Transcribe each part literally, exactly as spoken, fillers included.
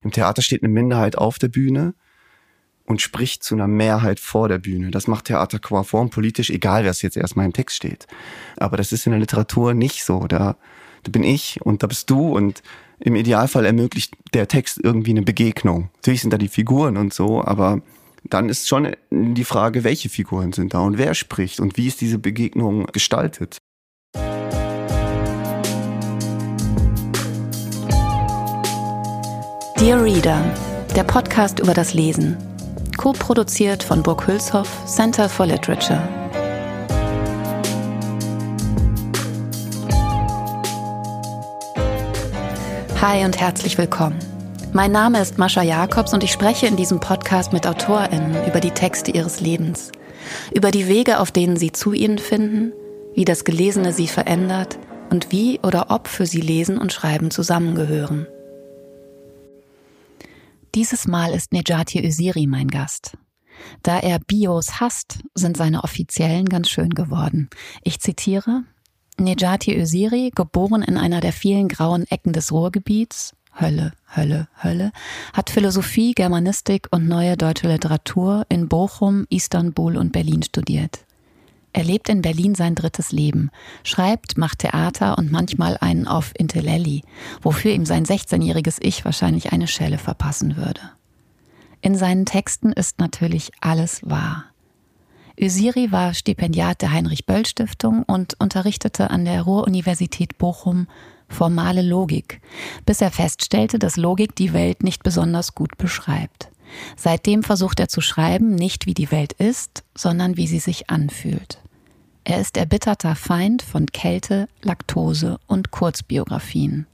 Im Theater steht eine Minderheit auf der Bühne und spricht zu einer Mehrheit vor der Bühne. Das macht Theater qua Form politisch, egal was jetzt erstmal im Text steht. Aber das ist in der Literatur nicht so. Da, da bin ich und da bist du und im Idealfall ermöglicht der Text irgendwie eine Begegnung. Natürlich sind da die Figuren und so, aber dann ist schon die Frage, welche Figuren sind da und wer spricht und wie ist diese Begegnung gestaltet. Dear Reader, der Podcast über das Lesen. Co-produziert von Burg Hülshoff, Center for Literature. Hi und herzlich willkommen. Mein Name ist Mascha Jakobs und ich spreche in diesem Podcast mit AutorInnen über die Texte ihres Lebens, über die Wege, auf denen sie zu ihnen finden, wie das Gelesene sie verändert und wie oder ob für sie Lesen und Schreiben zusammengehören. Dieses Mal ist Necati Öziri mein Gast. Da er Bios hasst, sind seine offiziellen ganz schön geworden. Ich zitiere: Necati Öziri, geboren in einer der vielen grauen Ecken des Ruhrgebiets, Hölle, Hölle, Hölle, hat Philosophie, Germanistik und neue deutsche Literatur in Bochum, Istanbul und Berlin studiert. Er lebt in Berlin sein drittes Leben, schreibt, macht Theater und manchmal einen auf Intelelli, wofür ihm sein sechzehnjähriges Ich wahrscheinlich eine Schelle verpassen würde. In seinen Texten ist natürlich alles wahr. Öziri war Stipendiat der Heinrich-Böll-Stiftung und unterrichtete an der Ruhr-Universität Bochum formale Logik, bis er feststellte, dass Logik die Welt nicht besonders gut beschreibt. Seitdem versucht er zu schreiben, nicht wie die Welt ist, sondern wie sie sich anfühlt. Er ist erbitterter Feind von Kälte, Laktose und Kurzbiografien.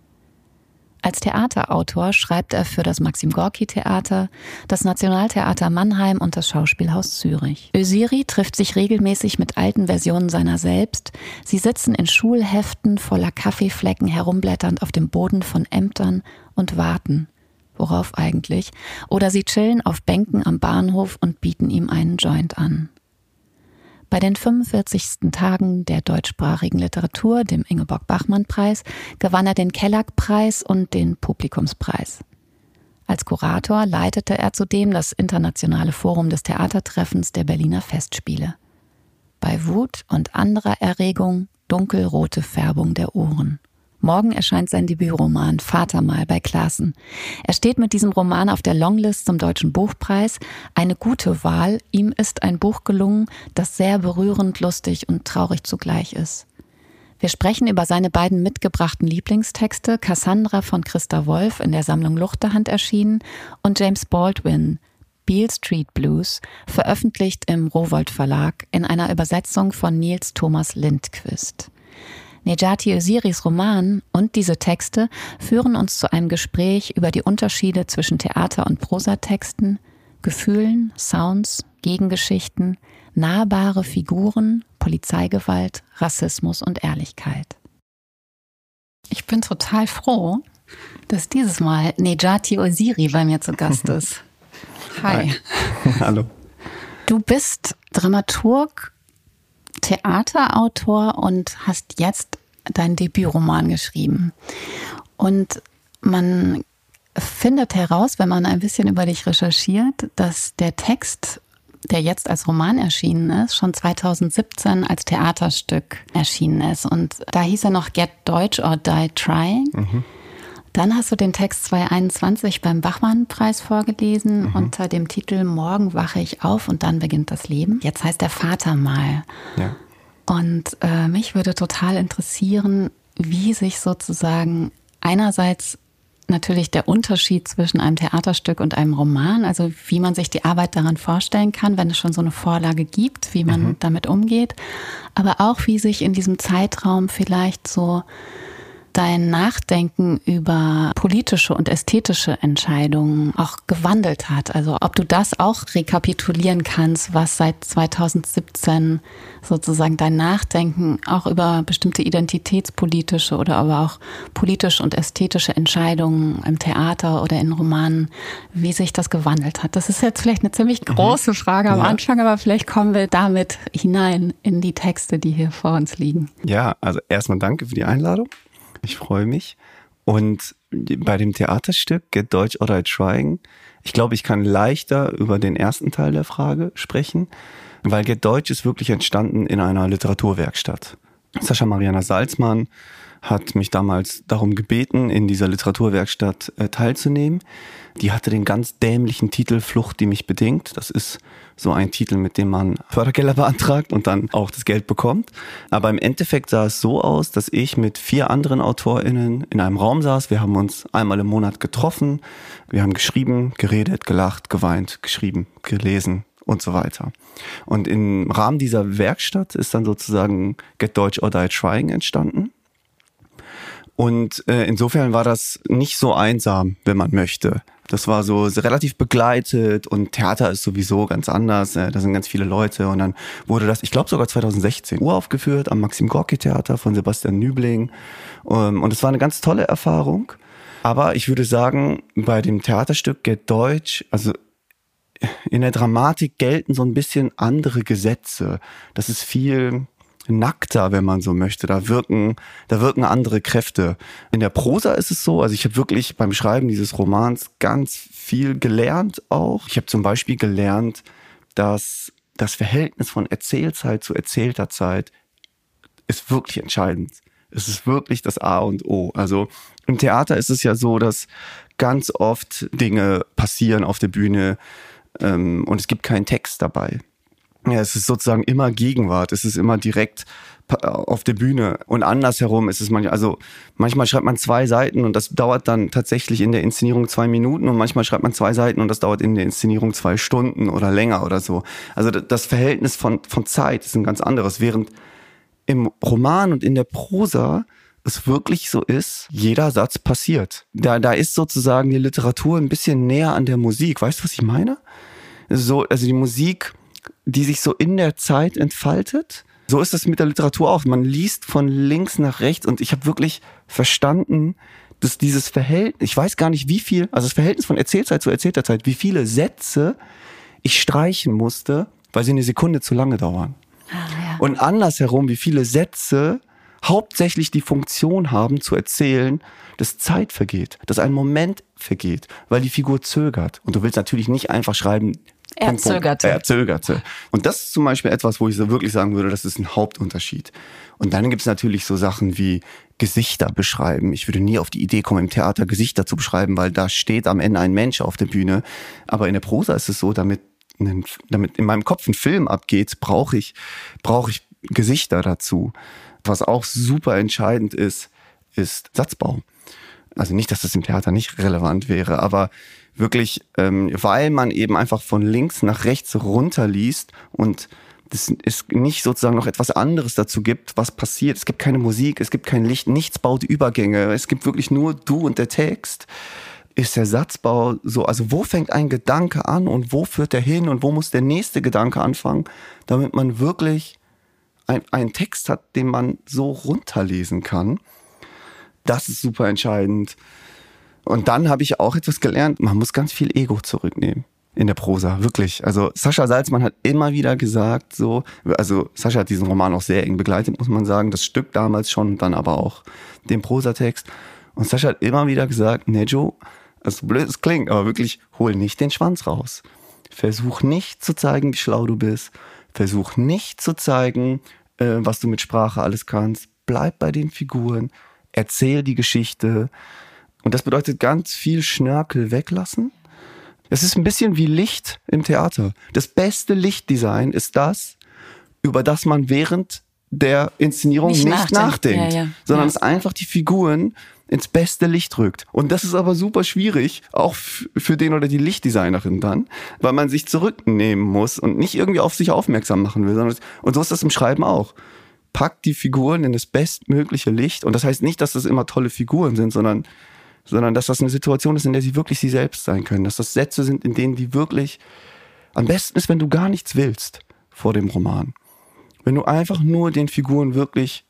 Als Theaterautor schreibt er für das Maxim-Gorki-Theater, das Nationaltheater Mannheim und das Schauspielhaus Zürich. Öziri trifft sich regelmäßig mit alten Versionen seiner selbst. Sie sitzen in Schulheften voller Kaffeeflecken herumblätternd auf dem Boden von Ämtern und warten. Worauf eigentlich? Oder sie chillen auf Bänken am Bahnhof und bieten ihm einen Joint an. Bei den fünfundvierzigsten Tagen der deutschsprachigen Literatur, dem Ingeborg-Bachmann-Preis, gewann er den Kellack-Preis und den Publikumspreis. Als Kurator leitete er zudem das internationale Forum des Theatertreffens der Berliner Festspiele. Bei Wut und anderer Erregung dunkelrote Färbung der Ohren. Morgen erscheint sein Debütroman Vatermal bei Classen. Er steht mit diesem Roman auf der Longlist zum Deutschen Buchpreis. Eine gute Wahl. Ihm ist ein Buch gelungen, das sehr berührend, lustig und traurig zugleich ist. Wir sprechen über seine beiden mitgebrachten Lieblingstexte, Cassandra von Christa Wolf, in der Sammlung Luchterhand erschienen, und James Baldwin, Beale Street Blues, veröffentlicht im Rowohlt Verlag in einer Übersetzung von Nils Thomas Lindqvist. Necati Öziris Roman und diese Texte führen uns zu einem Gespräch über die Unterschiede zwischen Theater- und Prosatexten, Gefühlen, Sounds, Gegengeschichten, nahbare Figuren, Polizeigewalt, Rassismus und Ehrlichkeit. Ich bin total froh, dass dieses Mal Necati Öziri bei mir zu Gast ist. Hi. Hi. Hallo. Du bist Dramaturg, Theaterautor und hast jetzt deinen Debütroman geschrieben. Und man findet heraus, wenn man ein bisschen über dich recherchiert, dass der Text, der jetzt als Roman erschienen ist, schon zweitausendsiebzehn als Theaterstück erschienen ist. Und da hieß er noch Get Deutsch or Die Trying. Mhm. Dann hast du den Text zweitausendeinundzwanzig beim Bachmann-Preis vorgelesen, mhm. unter dem Titel Morgen wache ich auf und dann beginnt das Leben. Jetzt heißt der Vatermal. Ja. Und äh, mich würde total interessieren, wie sich sozusagen einerseits natürlich der Unterschied zwischen einem Theaterstück und einem Roman, also wie man sich die Arbeit daran vorstellen kann, wenn es schon so eine Vorlage gibt, wie man mhm. damit umgeht, aber auch wie sich in diesem Zeitraum vielleicht so dein Nachdenken über politische und ästhetische Entscheidungen auch gewandelt hat. Also ob du das auch rekapitulieren kannst, was seit zweitausendsiebzehn sozusagen dein Nachdenken auch über bestimmte identitätspolitische oder aber auch politische und ästhetische Entscheidungen im Theater oder in Romanen, wie sich das gewandelt hat. Das ist jetzt vielleicht eine ziemlich große Frage am ja. Anfang, aber vielleicht kommen wir damit hinein in die Texte, die hier vor uns liegen. Ja, also erstmal danke für die Einladung. Ich freue mich. Und bei dem Theaterstück Get Deutsch or Die Trying, ich glaube, ich kann leichter über den ersten Teil der Frage sprechen, weil Get Deutsch ist wirklich entstanden in einer Literaturwerkstatt. Sascha Mariana Salzmann hat mich damals darum gebeten, in dieser Literaturwerkstatt äh, teilzunehmen. Die hatte den ganz dämlichen Titel Flucht, die mich bedingt. Das ist so ein Titel, mit dem man Fördergelder beantragt und dann auch das Geld bekommt. Aber im Endeffekt sah es so aus, dass ich mit vier anderen AutorInnen in einem Raum saß. Wir haben uns einmal im Monat getroffen. Wir haben geschrieben, geredet, gelacht, geweint, geschrieben, gelesen und so weiter. Und im Rahmen dieser Werkstatt ist dann sozusagen Get Deutsch or Die Trying entstanden. Und äh, insofern war das nicht so einsam, wenn man möchte. Das war so relativ begleitet und Theater ist sowieso ganz anders. Äh, da sind ganz viele Leute und dann wurde das, ich glaube sogar zwanzig sechzehn, uraufgeführt am Maxim Gorki Theater von Sebastian Nübling. Um, und es war eine ganz tolle Erfahrung. Aber ich würde sagen, bei dem Theaterstück Get Deutsch, also in der Dramatik gelten so ein bisschen andere Gesetze. Das ist viel nackter, wenn man so möchte. Da wirken, da wirken andere Kräfte. In der Prosa ist es so, also ich habe wirklich beim Schreiben dieses Romans ganz viel gelernt auch. Ich habe zum Beispiel gelernt, dass das Verhältnis von Erzählzeit zu erzählter Zeit ist wirklich entscheidend. Es ist wirklich das A und O. Also im Theater ist es ja so, dass ganz oft Dinge passieren auf der Bühne ähm, und es gibt keinen Text dabei. Ja, es ist sozusagen immer Gegenwart, es ist immer direkt auf der Bühne und andersherum ist es manchmal, also manchmal schreibt man zwei Seiten und das dauert dann tatsächlich in der Inszenierung zwei Minuten und manchmal schreibt man zwei Seiten und das dauert in der Inszenierung zwei Stunden oder länger oder so. Also das Verhältnis von, von Zeit ist ein ganz anderes, während im Roman und in der Prosa es wirklich so ist, jeder Satz passiert. Da, da ist sozusagen die Literatur ein bisschen näher an der Musik. Weißt du, was ich meine? So, also die Musik, die sich so in der Zeit entfaltet. So ist das mit der Literatur auch. Man liest von links nach rechts und ich habe wirklich verstanden, dass dieses Verhältnis, ich weiß gar nicht wie viel, also das Verhältnis von Erzählzeit zu erzählter Zeit, wie viele Sätze ich streichen musste, weil sie eine Sekunde zu lange dauern. Ah, ja. Und andersherum, wie viele Sätze hauptsächlich die Funktion haben zu erzählen, dass Zeit vergeht, dass ein Moment vergeht, weil die Figur zögert. Und du willst natürlich nicht einfach schreiben, Er zögerte. Er zögerte. Und das ist zum Beispiel etwas, wo ich so wirklich sagen würde, das ist ein Hauptunterschied. Und dann gibt es natürlich so Sachen wie Gesichter beschreiben. Ich würde nie auf die Idee kommen, im Theater Gesichter zu beschreiben, weil da steht am Ende ein Mensch auf der Bühne. Aber in der Prosa ist es so, damit, damit in meinem Kopf ein Film abgeht, brauche ich, brauche ich Gesichter dazu. Was auch super entscheidend ist, ist Satzbau. Also nicht, dass das im Theater nicht relevant wäre, aber wirklich, ähm, weil man eben einfach von links nach rechts runterliest und es nicht sozusagen noch etwas anderes dazu gibt, was passiert. Es gibt keine Musik, es gibt kein Licht, nichts baut Übergänge. Es gibt wirklich nur du und der Text. Ist der Satzbau so, also wo fängt ein Gedanke an und wo führt er hin und wo muss der nächste Gedanke anfangen, damit man wirklich ein, einen Text hat, den man so runterlesen kann. Das ist super entscheidend. Und dann habe ich auch etwas gelernt, man muss ganz viel Ego zurücknehmen in der Prosa, wirklich. Also Sascha Salzmann hat immer wieder gesagt, so, also Sascha hat diesen Roman auch sehr eng begleitet, muss man sagen, das Stück damals schon, dann aber auch den Prosatext. Und Sascha hat immer wieder gesagt, Nejo, also blöd es klingt, aber wirklich, hol nicht den Schwanz raus. Versuch nicht zu zeigen, wie schlau du bist. Versuch nicht zu zeigen, äh, was du mit Sprache alles kannst. Bleib bei den Figuren, erzähl die Geschichte. Und das bedeutet ganz viel Schnörkel weglassen. Es ist ein bisschen wie Licht im Theater. Das beste Lichtdesign ist das, über das man während der Inszenierung nicht, nicht nachdenkt, ja, ja. sondern ja. es einfach die Figuren ins beste Licht rückt. Und das ist aber super schwierig, auch für den oder die Lichtdesignerin dann, weil man sich zurücknehmen muss und nicht irgendwie auf sich aufmerksam machen will. Sondern und so ist das im Schreiben auch. Packt die Figuren in das bestmögliche Licht. Und das heißt nicht, dass das immer tolle Figuren sind, sondern sondern dass das eine Situation ist, in der sie wirklich sie selbst sein können. Dass das Sätze sind, in denen die wirklich, am besten ist, wenn du gar nichts willst vor dem Roman. Wenn du einfach nur den Figuren wirklich,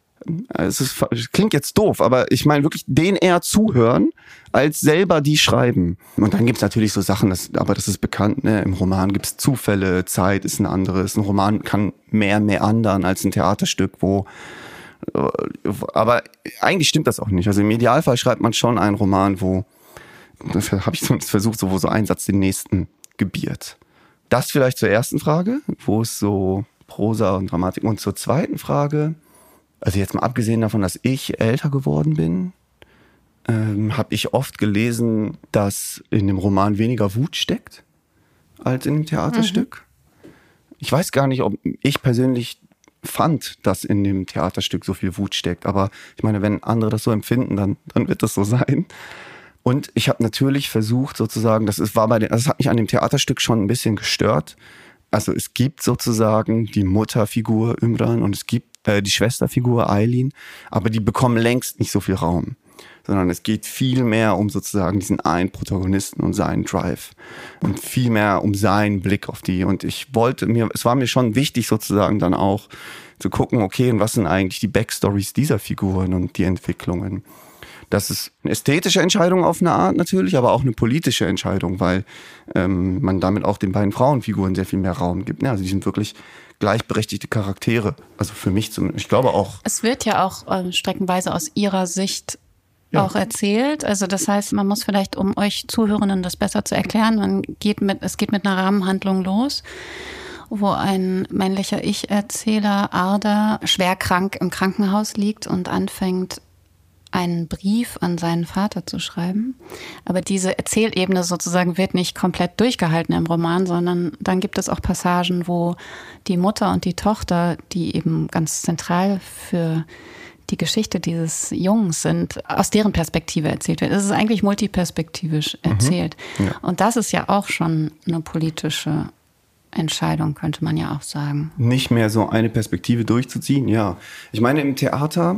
es, ist, es klingt jetzt doof, aber ich meine wirklich denen eher zuhören, als selber die schreiben. Und dann gibt's natürlich so Sachen, das, aber das ist bekannt, ne? Im Roman gibt's Zufälle, Zeit ist ein anderes. Ein Roman kann mehr meandern als ein Theaterstück, wo Aber eigentlich stimmt das auch nicht. Also im Idealfall schreibt man schon einen Roman, wo, das habe ich zumindest versucht, so, wo so ein Satz den nächsten gebiert. Das vielleicht zur ersten Frage, wo es so Prosa und Dramatik. Und zur zweiten Frage, also jetzt mal abgesehen davon, dass ich älter geworden bin, ähm, habe ich oft gelesen, dass in dem Roman weniger Wut steckt als in dem Theaterstück. Mhm. Ich weiß gar nicht, ob ich persönlich fand, dass in dem Theaterstück so viel Wut steckt. Aber ich meine, wenn andere das so empfinden, dann, dann wird das so sein. Und ich habe natürlich versucht, sozusagen, das ist, war bei den, das hat mich an dem Theaterstück schon ein bisschen gestört. Also es gibt sozusagen die Mutterfigur Ümran und es gibt äh, die Schwesterfigur Aylin, aber die bekommen längst nicht so viel Raum. Sondern es geht viel mehr um sozusagen diesen einen Protagonisten und seinen Drive und viel mehr um seinen Blick auf die. Und ich wollte mir, es war mir schon wichtig sozusagen dann auch zu gucken, okay, und was sind eigentlich die Backstories dieser Figuren und die Entwicklungen. Das ist eine ästhetische Entscheidung auf eine Art natürlich, aber auch eine politische Entscheidung, weil ähm, man damit auch den beiden Frauenfiguren sehr viel mehr Raum gibt. Ja, also die sind wirklich gleichberechtigte Charaktere. Also für mich zumindest. Ich glaube auch. Es wird ja auch äh, streckenweise aus ihrer Sicht Ja. auch erzählt. Also das heißt, man muss vielleicht, um euch Zuhörenden das besser zu erklären, man geht mit, es geht mit einer Rahmenhandlung los, wo ein männlicher Ich-Erzähler, Arda, schwer krank im Krankenhaus liegt und anfängt, einen Brief an seinen Vater zu schreiben. Aber diese Erzählebene sozusagen wird nicht komplett durchgehalten im Roman, sondern dann gibt es auch Passagen, wo die Mutter und die Tochter, die eben ganz zentral für die Geschichte dieses Jungs sind, aus deren Perspektive erzählt wird. Es ist eigentlich multiperspektivisch erzählt. Mhm. Ja. Und das ist ja auch schon eine politische Entscheidung, könnte man ja auch sagen. Nicht mehr so eine Perspektive durchzuziehen, ja. Ich meine, im Theater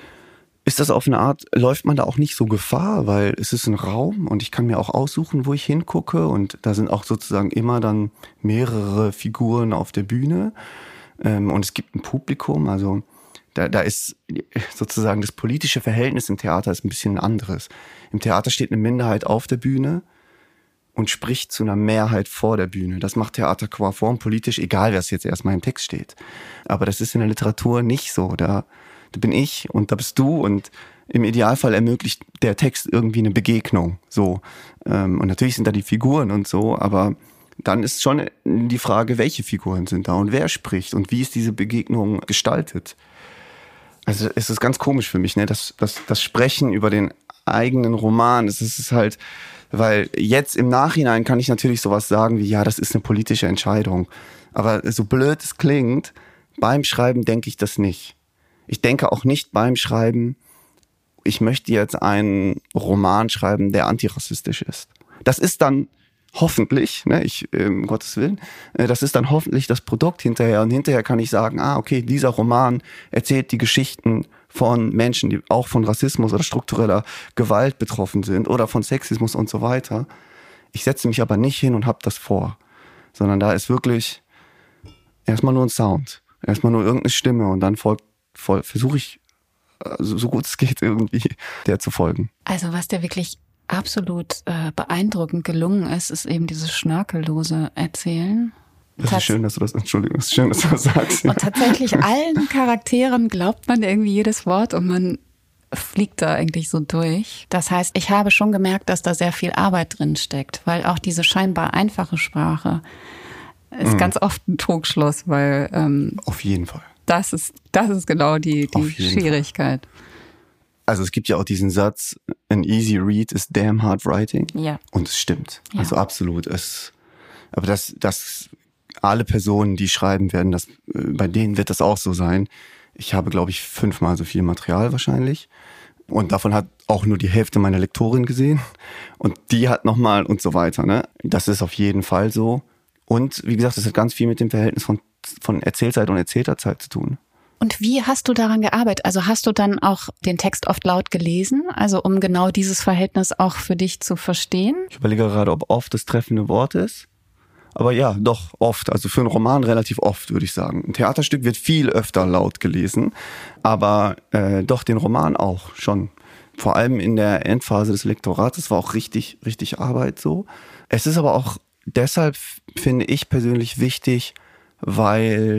ist das auf eine Art, läuft man da auch nicht so Gefahr, weil es ist ein Raum und ich kann mir auch aussuchen, wo ich hingucke und da sind auch sozusagen immer dann mehrere Figuren auf der Bühne und es gibt ein Publikum, also Da, da ist sozusagen das politische Verhältnis im Theater ist ein bisschen anderes. Im Theater steht eine Minderheit auf der Bühne und spricht zu einer Mehrheit vor der Bühne. Das macht Theater qua Form politisch, egal was jetzt erstmal im Text steht. Aber das ist in der Literatur nicht so. Da, da bin ich und da bist du und im Idealfall ermöglicht der Text irgendwie eine Begegnung. So. Und natürlich sind da die Figuren und so, aber dann ist schon die Frage, welche Figuren sind da und wer spricht und wie ist diese Begegnung gestaltet. Also es ist ganz komisch für mich, ne, das, das, das Sprechen über den eigenen Roman. Es ist halt, weil jetzt im Nachhinein kann ich natürlich sowas sagen wie, ja, das ist eine politische Entscheidung. Aber so blöd es klingt, beim Schreiben denke ich das nicht. Ich denke auch nicht beim Schreiben, ich möchte jetzt einen Roman schreiben, der antirassistisch ist. Das ist dann hoffentlich, ne, ich, ähm, um Gottes Willen, äh, das ist dann hoffentlich das Produkt hinterher. Und hinterher kann ich sagen, ah, okay, dieser Roman erzählt die Geschichten von Menschen, die auch von Rassismus oder struktureller Gewalt betroffen sind oder von Sexismus und so weiter. Ich setze mich aber nicht hin und habe das vor, sondern da ist wirklich erstmal nur ein Sound, erstmal nur irgendeine Stimme und dann folgt, folgt, versuche ich, also so gut es geht irgendwie, der zu folgen. Also was der wirklich absolut äh, beeindruckend gelungen ist, ist eben dieses schnörkellose Erzählen. Das ist schön, dass du das, Entschuldigung, das ist schön, dass du das sagst. Ja. Und tatsächlich allen Charakteren glaubt man irgendwie jedes Wort und man fliegt da eigentlich so durch. Das heißt, ich habe schon gemerkt, dass da sehr viel Arbeit drin steckt, weil auch diese scheinbar einfache Sprache ist mhm. ganz oft ein Trugschluss, weil ähm, auf jeden Fall. Das ist, das ist genau die, die Schwierigkeit. Fall. Also es gibt ja auch diesen Satz, an easy read is damn hard writing. Ja. Und es stimmt. Ja. Also absolut. Es, aber das, das, alle Personen, die schreiben werden, das, bei denen wird das auch so sein. Ich habe, glaube ich, fünfmal so viel Material wahrscheinlich. Und davon hat auch nur die Hälfte meiner Lektorin gesehen. Und die hat nochmal und so weiter. Ne? Das ist auf jeden Fall so. Und wie gesagt, das hat ganz viel mit dem Verhältnis von, von Erzählzeit und erzählter Zeit zu tun. Und wie hast du daran gearbeitet? Also hast du dann auch den Text oft laut gelesen, also um genau dieses Verhältnis auch für dich zu verstehen? Ich überlege gerade, ob oft das treffende Wort ist. Aber ja, doch, oft. Also für einen Roman relativ oft, würde ich sagen. Ein Theaterstück wird viel öfter laut gelesen, aber äh, doch den Roman auch schon. Vor allem in der Endphase des Lektorats, das war auch richtig, richtig Arbeit so. Es ist aber auch deshalb, finde ich persönlich, wichtig, weil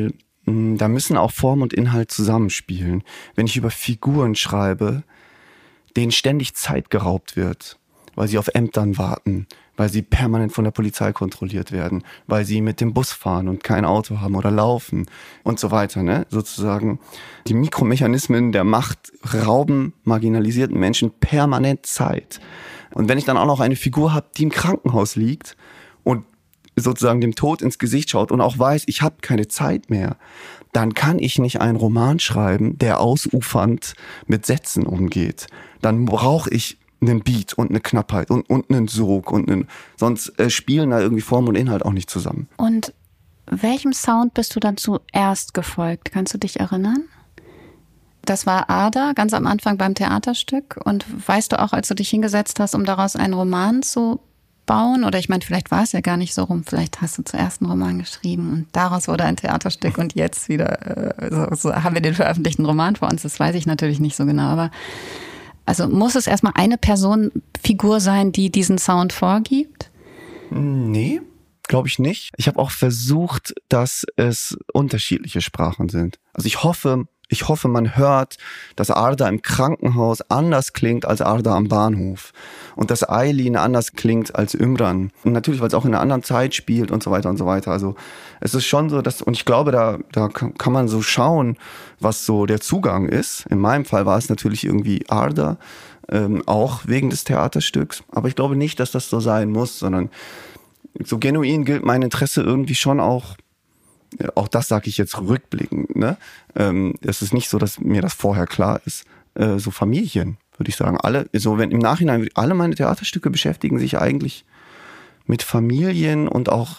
da müssen auch Form und Inhalt zusammenspielen. Wenn ich über Figuren schreibe, denen ständig Zeit geraubt wird, weil sie auf Ämtern warten, weil sie permanent von der Polizei kontrolliert werden, weil sie mit dem Bus fahren und kein Auto haben oder laufen und so weiter, ne? Sozusagen die Mikromechanismen der Macht rauben marginalisierten Menschen permanent Zeit. Und wenn ich dann auch noch eine Figur habe, die im Krankenhaus liegt und sozusagen dem Tod ins Gesicht schaut und auch weiß, ich habe keine Zeit mehr, dann kann ich nicht einen Roman schreiben, der ausufernd mit Sätzen umgeht. Dann brauche ich einen Beat und eine Knappheit und, und einen Sog und einen, sonst äh, spielen da irgendwie Form und Inhalt auch nicht zusammen. Und welchem Sound bist du dann zuerst gefolgt? Kannst du dich erinnern? Das war Ada, ganz am Anfang beim Theaterstück. Und weißt du auch, als du dich hingesetzt hast, um daraus einen Roman zu bauen, oder ich meine, vielleicht war es ja gar nicht so rum, vielleicht hast du zuerst einen Roman geschrieben und daraus wurde ein Theaterstück und jetzt wieder äh, so, so haben wir den veröffentlichten Roman vor uns, das weiß ich natürlich nicht so genau, aber also muss es erstmal eine Personenfigur sein, die diesen Sound vorgibt? Nee, glaube ich nicht. Ich habe auch versucht, dass es unterschiedliche Sprachen sind. Also ich hoffe, ich hoffe, man hört, dass Arda im Krankenhaus anders klingt als Arda am Bahnhof. Und dass Aylin anders klingt als Imran. Und natürlich, weil es auch in einer anderen Zeit spielt und so weiter und so weiter. Also es ist schon so, dass, und ich glaube, da, da kann man so schauen, was so der Zugang ist. In meinem Fall war es natürlich irgendwie Arda, ähm, auch wegen des Theaterstücks. Aber ich glaube nicht, dass das so sein muss, sondern so genuin gilt mein Interesse irgendwie schon auch, auch das sage ich jetzt rückblickend, ne? Ähm, es ist nicht so, dass mir das vorher klar ist. Äh, so Familien, würde ich sagen. Alle, so wenn im Nachhinein, alle meine Theaterstücke beschäftigen sich eigentlich mit Familien und auch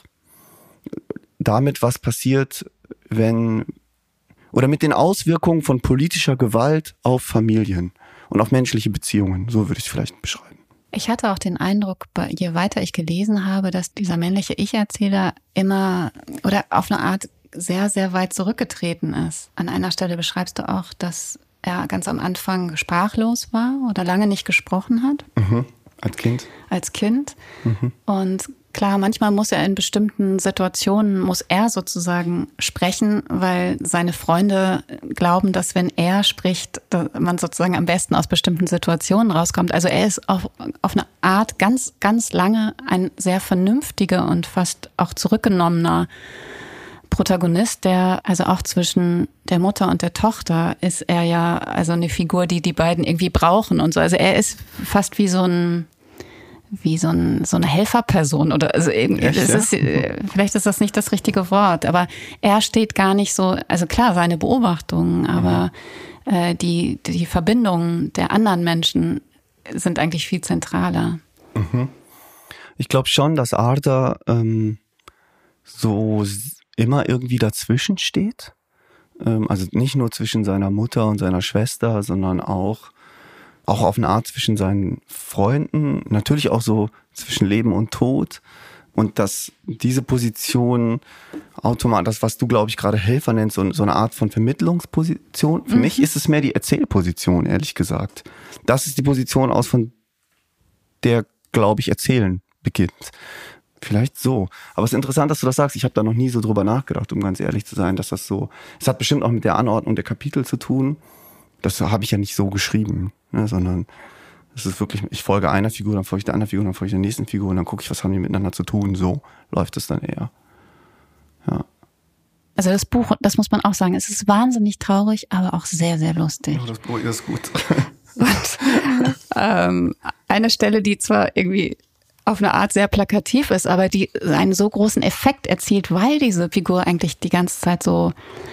damit, was passiert, wenn, oder mit den Auswirkungen von politischer Gewalt auf Familien und auf menschliche Beziehungen. So würde ich es vielleicht beschreiben. Ich hatte auch den Eindruck, je weiter ich gelesen habe, dass dieser männliche Ich-Erzähler immer oder auf eine Art sehr, sehr weit zurückgetreten ist. An einer Stelle beschreibst du auch, dass er ganz am Anfang sprachlos war oder lange nicht gesprochen hat. Mhm. Als Kind? Als Kind. Mhm. Und klar, manchmal muss er in bestimmten Situationen, muss er sozusagen sprechen, weil seine Freunde glauben, dass wenn er spricht, man sozusagen am besten aus bestimmten Situationen rauskommt. Also er ist auf, auf eine Art ganz, ganz lange ein sehr vernünftiger und fast auch zurückgenommener Protagonist, der also auch zwischen der Mutter und der Tochter ist er ja also eine Figur, die die beiden irgendwie brauchen und so. Also er ist fast wie so ein wie so, ein, so eine Helferperson oder also eben, Echt, es ist, ja? Vielleicht ist das nicht das richtige Wort, aber er steht gar nicht so, also klar, seine Beobachtungen, aber mhm. äh, die, die Verbindungen der anderen Menschen sind eigentlich viel zentraler. Mhm. Ich glaube schon, dass Arda ähm, so immer irgendwie dazwischen steht. Ähm, also nicht nur zwischen seiner Mutter und seiner Schwester, sondern auch auch auf eine Art zwischen seinen Freunden, natürlich auch so zwischen Leben und Tod. Und dass diese Position automatisch, das, was du, glaube ich, gerade Helfer nennst, so, so eine Art von Vermittlungsposition. Für mhm. mich ist es mehr die Erzählposition, ehrlich gesagt. Das ist die Position, aus von der, glaube ich, Erzählen beginnt. Vielleicht so. Aber es ist interessant, dass du das sagst. Ich habe da noch nie so drüber nachgedacht, um ganz ehrlich zu sein, dass das so, es hat bestimmt auch mit der Anordnung der Kapitel zu tun. Das habe ich ja nicht so geschrieben, ne, sondern es ist wirklich, ich folge einer Figur, dann folge ich der anderen Figur, dann folge ich der nächsten Figur und dann gucke ich, was haben die miteinander zu tun. So läuft es dann eher. Ja. Also das Buch, das muss man auch sagen, es ist wahnsinnig traurig, aber auch sehr, sehr lustig. Oh, das Buch ist gut. Und, ähm, eine Stelle, die zwar irgendwie auf eine Art sehr plakativ ist, aber die einen so großen Effekt erzielt, weil diese Figur eigentlich die ganze Zeit so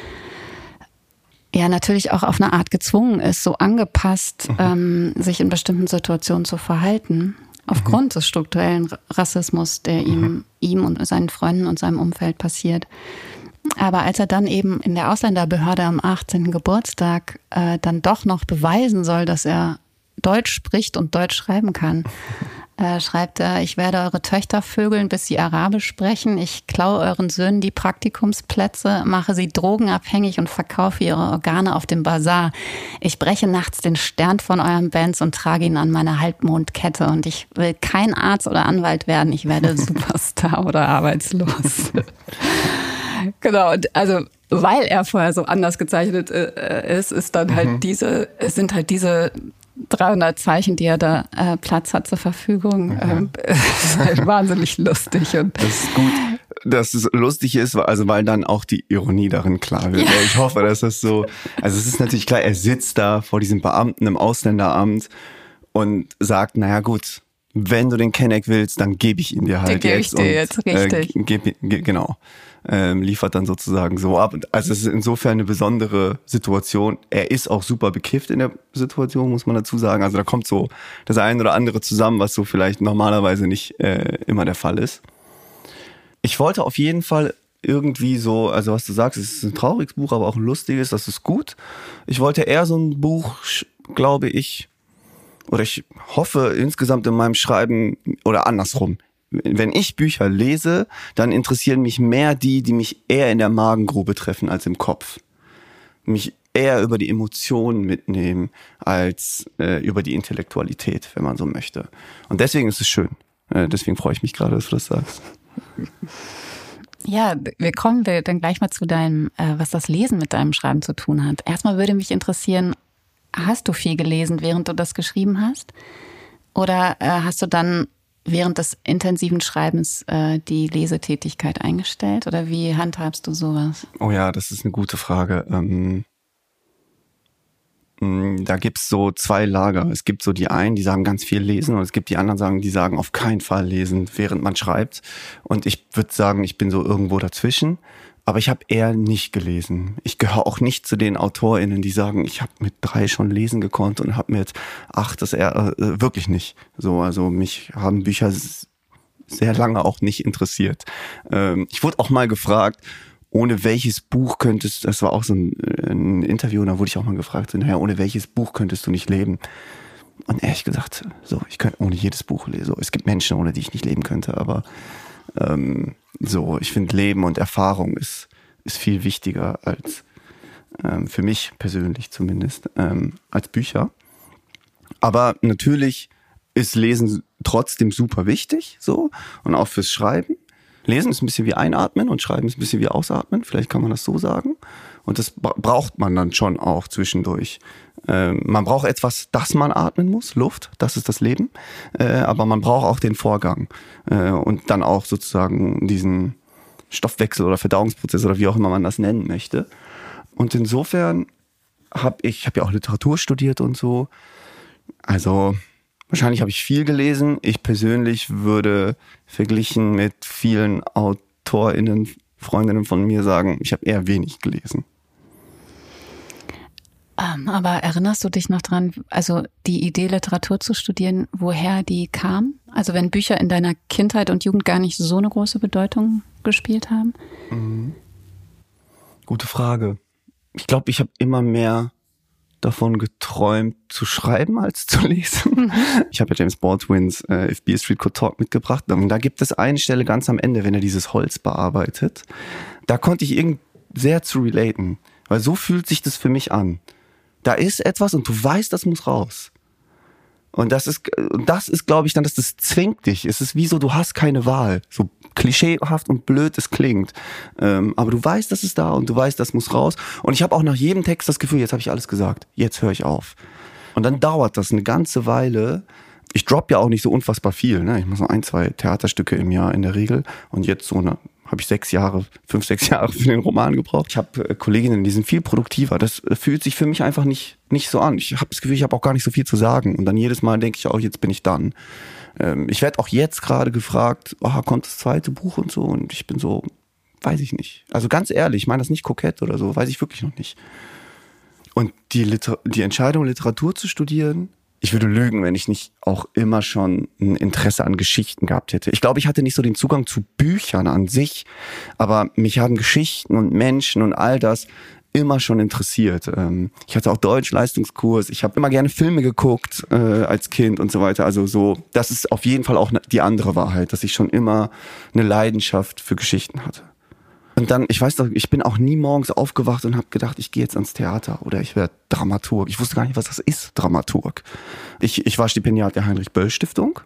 ja natürlich auch auf eine Art gezwungen ist, so angepasst, mhm. ähm, sich in bestimmten Situationen zu verhalten, aufgrund mhm. des strukturellen Rassismus, der mhm. ihm, ihm und seinen Freunden und seinem Umfeld passiert. Aber als er dann eben in der Ausländerbehörde am achtzehnten Geburtstag äh, dann doch noch beweisen soll, dass er Deutsch spricht und Deutsch schreiben kann, äh, schreibt er, ich werde eure Töchter vögeln, bis sie Arabisch sprechen. Ich klaue euren Söhnen die Praktikumsplätze, mache sie drogenabhängig und verkaufe ihre Organe auf dem Bazar. Ich breche nachts den Stern von euren Bands und trage ihn an meiner Halbmondkette. Und ich will kein Arzt oder Anwalt werden. Ich werde Superstar oder arbeitslos. Genau, also weil er vorher so anders gezeichnet äh, ist, ist dann halt mhm. diese, es sind halt diese dreihundert Zeichen, die er da äh, Platz hat zur Verfügung. Mhm. Ähm, ist halt wahnsinnig lustig. Und das ist gut, dass es lustig ist, also weil dann auch die Ironie darin klar wird. Ja. Ich hoffe, dass das so, also es ist natürlich klar, er sitzt da vor diesem Beamten im Ausländeramt und sagt, naja gut, wenn du den Kenneck willst, dann gebe ich ihn dir halt den jetzt. Den gebe ich dir und, jetzt, richtig. Äh, geb, ge, genau. Ähm, liefert dann sozusagen so ab. Also es ist insofern eine besondere Situation. Er ist auch super bekifft in der Situation, muss man dazu sagen. Also da kommt so das eine oder andere zusammen, was so vielleicht normalerweise nicht äh, immer der Fall ist. Ich wollte auf jeden Fall irgendwie so, also was du sagst, es ist ein trauriges Buch, aber auch ein lustiges, das ist gut. Ich wollte eher so ein Buch, glaube ich, oder ich hoffe insgesamt in meinem Schreiben oder andersrum. Wenn ich Bücher lese, dann interessieren mich mehr die, die mich eher in der Magengrube treffen als im Kopf. Mich eher über die Emotionen mitnehmen als äh, über die Intellektualität, wenn man so möchte. Und deswegen ist es schön. Äh, deswegen freue ich mich gerade, dass du das sagst. Ja, wir kommen dann gleich mal zu deinem, äh, was das Lesen mit deinem Schreiben zu tun hat. Erstmal würde mich interessieren, hast du viel gelesen, während du das geschrieben hast? Oder äh, hast du dann während des intensiven Schreibens äh, die Lesetätigkeit eingestellt? Oder wie handhabst du sowas? Oh ja, das ist eine gute Frage. Ähm, da gibt's so zwei Lager. Es gibt so die einen, die sagen ganz viel lesen und es gibt die anderen, sagen, die sagen auf keinen Fall lesen, während man schreibt. Und ich würde sagen, ich bin so irgendwo dazwischen. Aber ich habe eher nicht gelesen. Ich gehöre auch nicht zu den AutorInnen, die sagen, ich habe mit drei schon lesen gekonnt und habe mit acht das eher äh, wirklich nicht. So, also mich haben Bücher sehr lange auch nicht interessiert. Ähm, ich wurde auch mal gefragt, ohne welches Buch könntest, das war auch so ein, ein Interview, und da wurde ich auch mal gefragt, so, naja, ohne welches Buch könntest du nicht leben? Und ehrlich gesagt, so, ich könnte ohne jedes Buch lesen. So, es gibt Menschen, ohne die ich nicht leben könnte, aber ähm, so, ich finde, Leben und Erfahrung ist, ist viel wichtiger als, ähm, für mich persönlich zumindest, ähm, als Bücher. Aber natürlich ist Lesen trotzdem super wichtig, so, und auch fürs Schreiben. Lesen ist ein bisschen wie Einatmen und Schreiben ist ein bisschen wie Ausatmen, vielleicht kann man das so sagen. Und das braucht man dann schon auch zwischendurch. Ähm, man braucht etwas, das man atmen muss, Luft, das ist das Leben. Äh, aber man braucht auch den Vorgang äh, und dann auch sozusagen diesen Stoffwechsel oder Verdauungsprozess oder wie auch immer man das nennen möchte. Und insofern habe ich, ich habe ja auch Literatur studiert und so. Also wahrscheinlich habe ich viel gelesen. Ich persönlich würde verglichen mit vielen AutorInnen, Freundinnen von mir sagen, ich habe eher wenig gelesen. Ähm, aber erinnerst du dich noch dran, also die Idee, Literatur zu studieren, woher die kam? Also wenn Bücher in deiner Kindheit und Jugend gar nicht so eine große Bedeutung gespielt haben? Mhm. Gute Frage. Ich glaube, ich habe immer mehr davon geträumt, zu schreiben als zu lesen. Mhm. Ich habe ja James Baldwins äh, If Beale Street Could Talk mitgebracht. Und da gibt es eine Stelle ganz am Ende, wenn er dieses Holz bearbeitet. Da konnte ich irgend sehr zu relaten, weil so fühlt sich das für mich an. Da ist etwas und du weißt, das muss raus. Und das ist, das ist, glaube ich, dann, dass das zwingt dich. Es ist wie so, du hast keine Wahl. So klischeehaft und blöd es klingt. Ähm, aber du weißt, das ist da und du weißt, das muss raus. Und ich habe auch nach jedem Text das Gefühl, jetzt habe ich alles gesagt. Jetzt höre ich auf. Und dann dauert das eine ganze Weile. Ich droppe ja auch nicht so unfassbar viel. Ne? Ich mache so ein, zwei Theaterstücke im Jahr in der Regel. Und jetzt so eine habe ich sechs Jahre, fünf, sechs Jahre für den Roman gebraucht. Ich habe äh, Kolleginnen, die sind viel produktiver. Das äh, fühlt sich für mich einfach nicht nicht so an. Ich habe das Gefühl, ich habe auch gar nicht so viel zu sagen. Und dann jedes Mal denke ich auch, jetzt bin ich done. Ähm, ich werde auch jetzt gerade gefragt, oh, kommt das zweite Buch und so. Und ich bin so, weiß ich nicht. Also ganz ehrlich, ich meine das nicht kokett oder so, weiß ich wirklich noch nicht. Und die, Liter- die Entscheidung, Literatur zu studieren, ich würde lügen, wenn ich nicht auch immer schon ein Interesse an Geschichten gehabt hätte. Ich glaube, ich hatte nicht so den Zugang zu Büchern an sich, aber mich haben Geschichten und Menschen und all das immer schon interessiert. Ich hatte auch Deutsch-Leistungskurs, ich habe immer gerne Filme geguckt äh, als Kind und so weiter. Also so, das ist auf jeden Fall auch die andere Wahrheit, dass ich schon immer eine Leidenschaft für Geschichten hatte. Und dann, ich weiß doch, ich bin auch nie morgens aufgewacht und habe gedacht, ich gehe jetzt ans Theater oder ich werde Dramaturg. Ich wusste gar nicht, was das ist, Dramaturg. Ich, ich war Stipendiat der Heinrich-Böll-Stiftung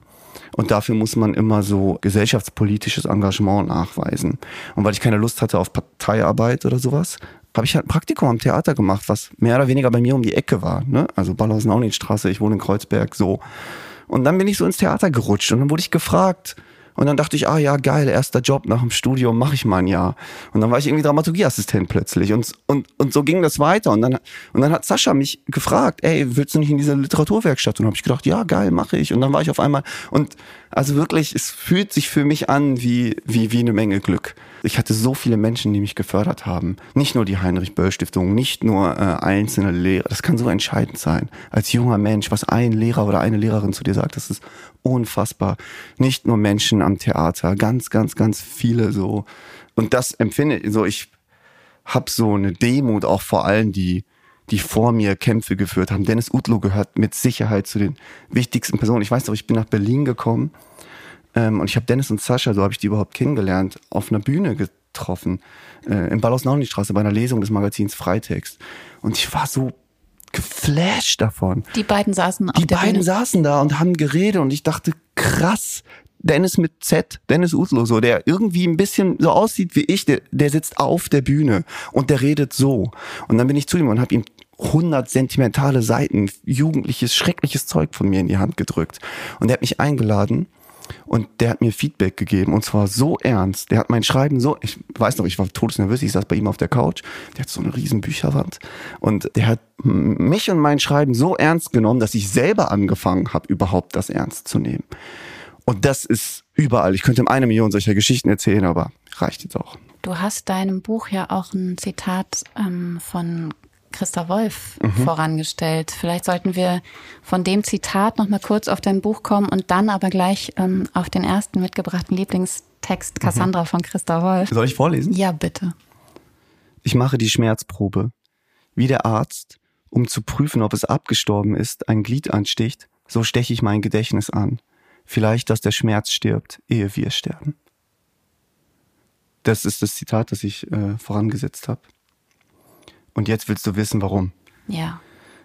Und dafür muss man immer so gesellschaftspolitisches Engagement nachweisen. Und weil ich keine Lust hatte auf Parteiarbeit oder sowas, habe ich halt ein Praktikum am Theater gemacht, was mehr oder weniger bei mir um die Ecke war. Ne? Also Ballhausen-Auninstraße, ich wohne in Kreuzberg, so. Und dann bin ich so ins Theater gerutscht und dann wurde ich gefragt. Und dann dachte ich, ah ja, geil, erster Job nach dem Studium, mache ich mal ein Jahr. Und dann war ich irgendwie Dramaturgieassistent plötzlich. Und, und, und so ging das weiter. Und dann, und dann hat Sascha mich gefragt, ey, willst du nicht in diese Literaturwerkstatt? Und dann habe ich gedacht, ja, geil, mache ich. Und dann war ich auf einmal, und also wirklich, es fühlt sich für mich an wie, wie, wie eine Menge Glück. Ich hatte so viele Menschen, die mich gefördert haben. Nicht nur die Heinrich-Böll-Stiftung, nicht nur äh, einzelne Lehrer. Das kann so entscheidend sein. Als junger Mensch, was ein Lehrer oder eine Lehrerin zu dir sagt, das ist unfassbar. Nicht nur Menschen am Theater, ganz, ganz, ganz viele so. Und das empfinde ich so, ich habe so eine Demut auch vor allen, die die vor mir Kämpfe geführt haben. Dennis Utlo gehört mit Sicherheit zu den wichtigsten Personen. Ich weiß noch, ich bin nach Berlin gekommen ähm, und ich habe Dennis und Sascha, so habe ich die überhaupt kennengelernt, auf einer Bühne getroffen, äh, in Ballhausen-Auninstraße bei einer Lesung des Magazins Freitext. Und ich war so geflasht davon. Die beiden saßen auf Die der beiden Bühne. saßen da und haben geredet und ich dachte, krass, Dennis mit Z, Dennis Utlo, so, der irgendwie ein bisschen so aussieht wie ich, der, der sitzt auf der Bühne und der redet so. Und dann bin ich zu ihm und habe ihm hundert sentimentale Seiten, jugendliches, schreckliches Zeug von mir in die Hand gedrückt. Und der hat mich eingeladen und der hat mir Feedback gegeben und zwar so ernst. Der hat mein Schreiben so, ich weiß noch, ich war todesnervös, ich saß bei ihm auf der Couch, der hat so eine riesen Bücherwand und der hat mich und mein Schreiben so ernst genommen, dass ich selber angefangen habe, überhaupt das ernst zu nehmen. Und das ist überall. Ich könnte ihm eine Million solcher Geschichten erzählen, aber reicht jetzt auch. Du hast deinem Buch ja auch ein Zitat ähm, von Christa Wolf mhm. vorangestellt. Vielleicht sollten wir von dem Zitat noch mal kurz auf dein Buch kommen und dann aber gleich ähm, auf den ersten mitgebrachten Lieblingstext Cassandra mhm. von Christa Wolf. Soll ich vorlesen? Ja, bitte. Ich mache die Schmerzprobe. Wie der Arzt, um zu prüfen, ob es abgestorben ist, ein Glied ansticht, so steche ich mein Gedächtnis an. Vielleicht, dass der Schmerz stirbt, ehe wir sterben. Das ist das Zitat, das ich äh, vorangesetzt habe. Und jetzt willst du wissen, warum. Ja.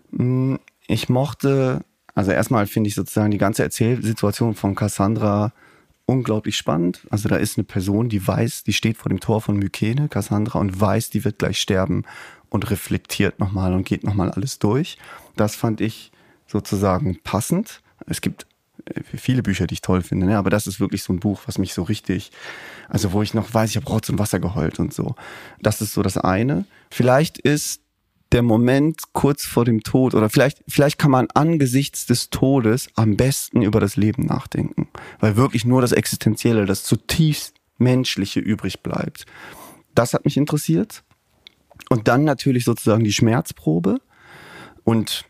Ich mochte, also erstmal finde ich sozusagen die ganze Erzählsituation von Cassandra unglaublich spannend. Also da ist eine Person, die weiß, die steht vor dem Tor von Mykene, Cassandra, und weiß, die wird gleich sterben und reflektiert nochmal und geht nochmal alles durch. Das fand ich sozusagen passend. Es gibt viele Bücher, die ich toll finde, ne? Aber das ist wirklich so ein Buch, was mich so richtig, also wo ich noch weiß, ich habe Rotz und Wasser geheult und so. Das ist so das eine. Vielleicht ist der Moment kurz vor dem Tod oder vielleicht, vielleicht kann man angesichts des Todes am besten über das Leben nachdenken, weil wirklich nur das Existenzielle, das zutiefst Menschliche übrig bleibt. Das hat mich interessiert. Und dann natürlich sozusagen die Schmerzprobe und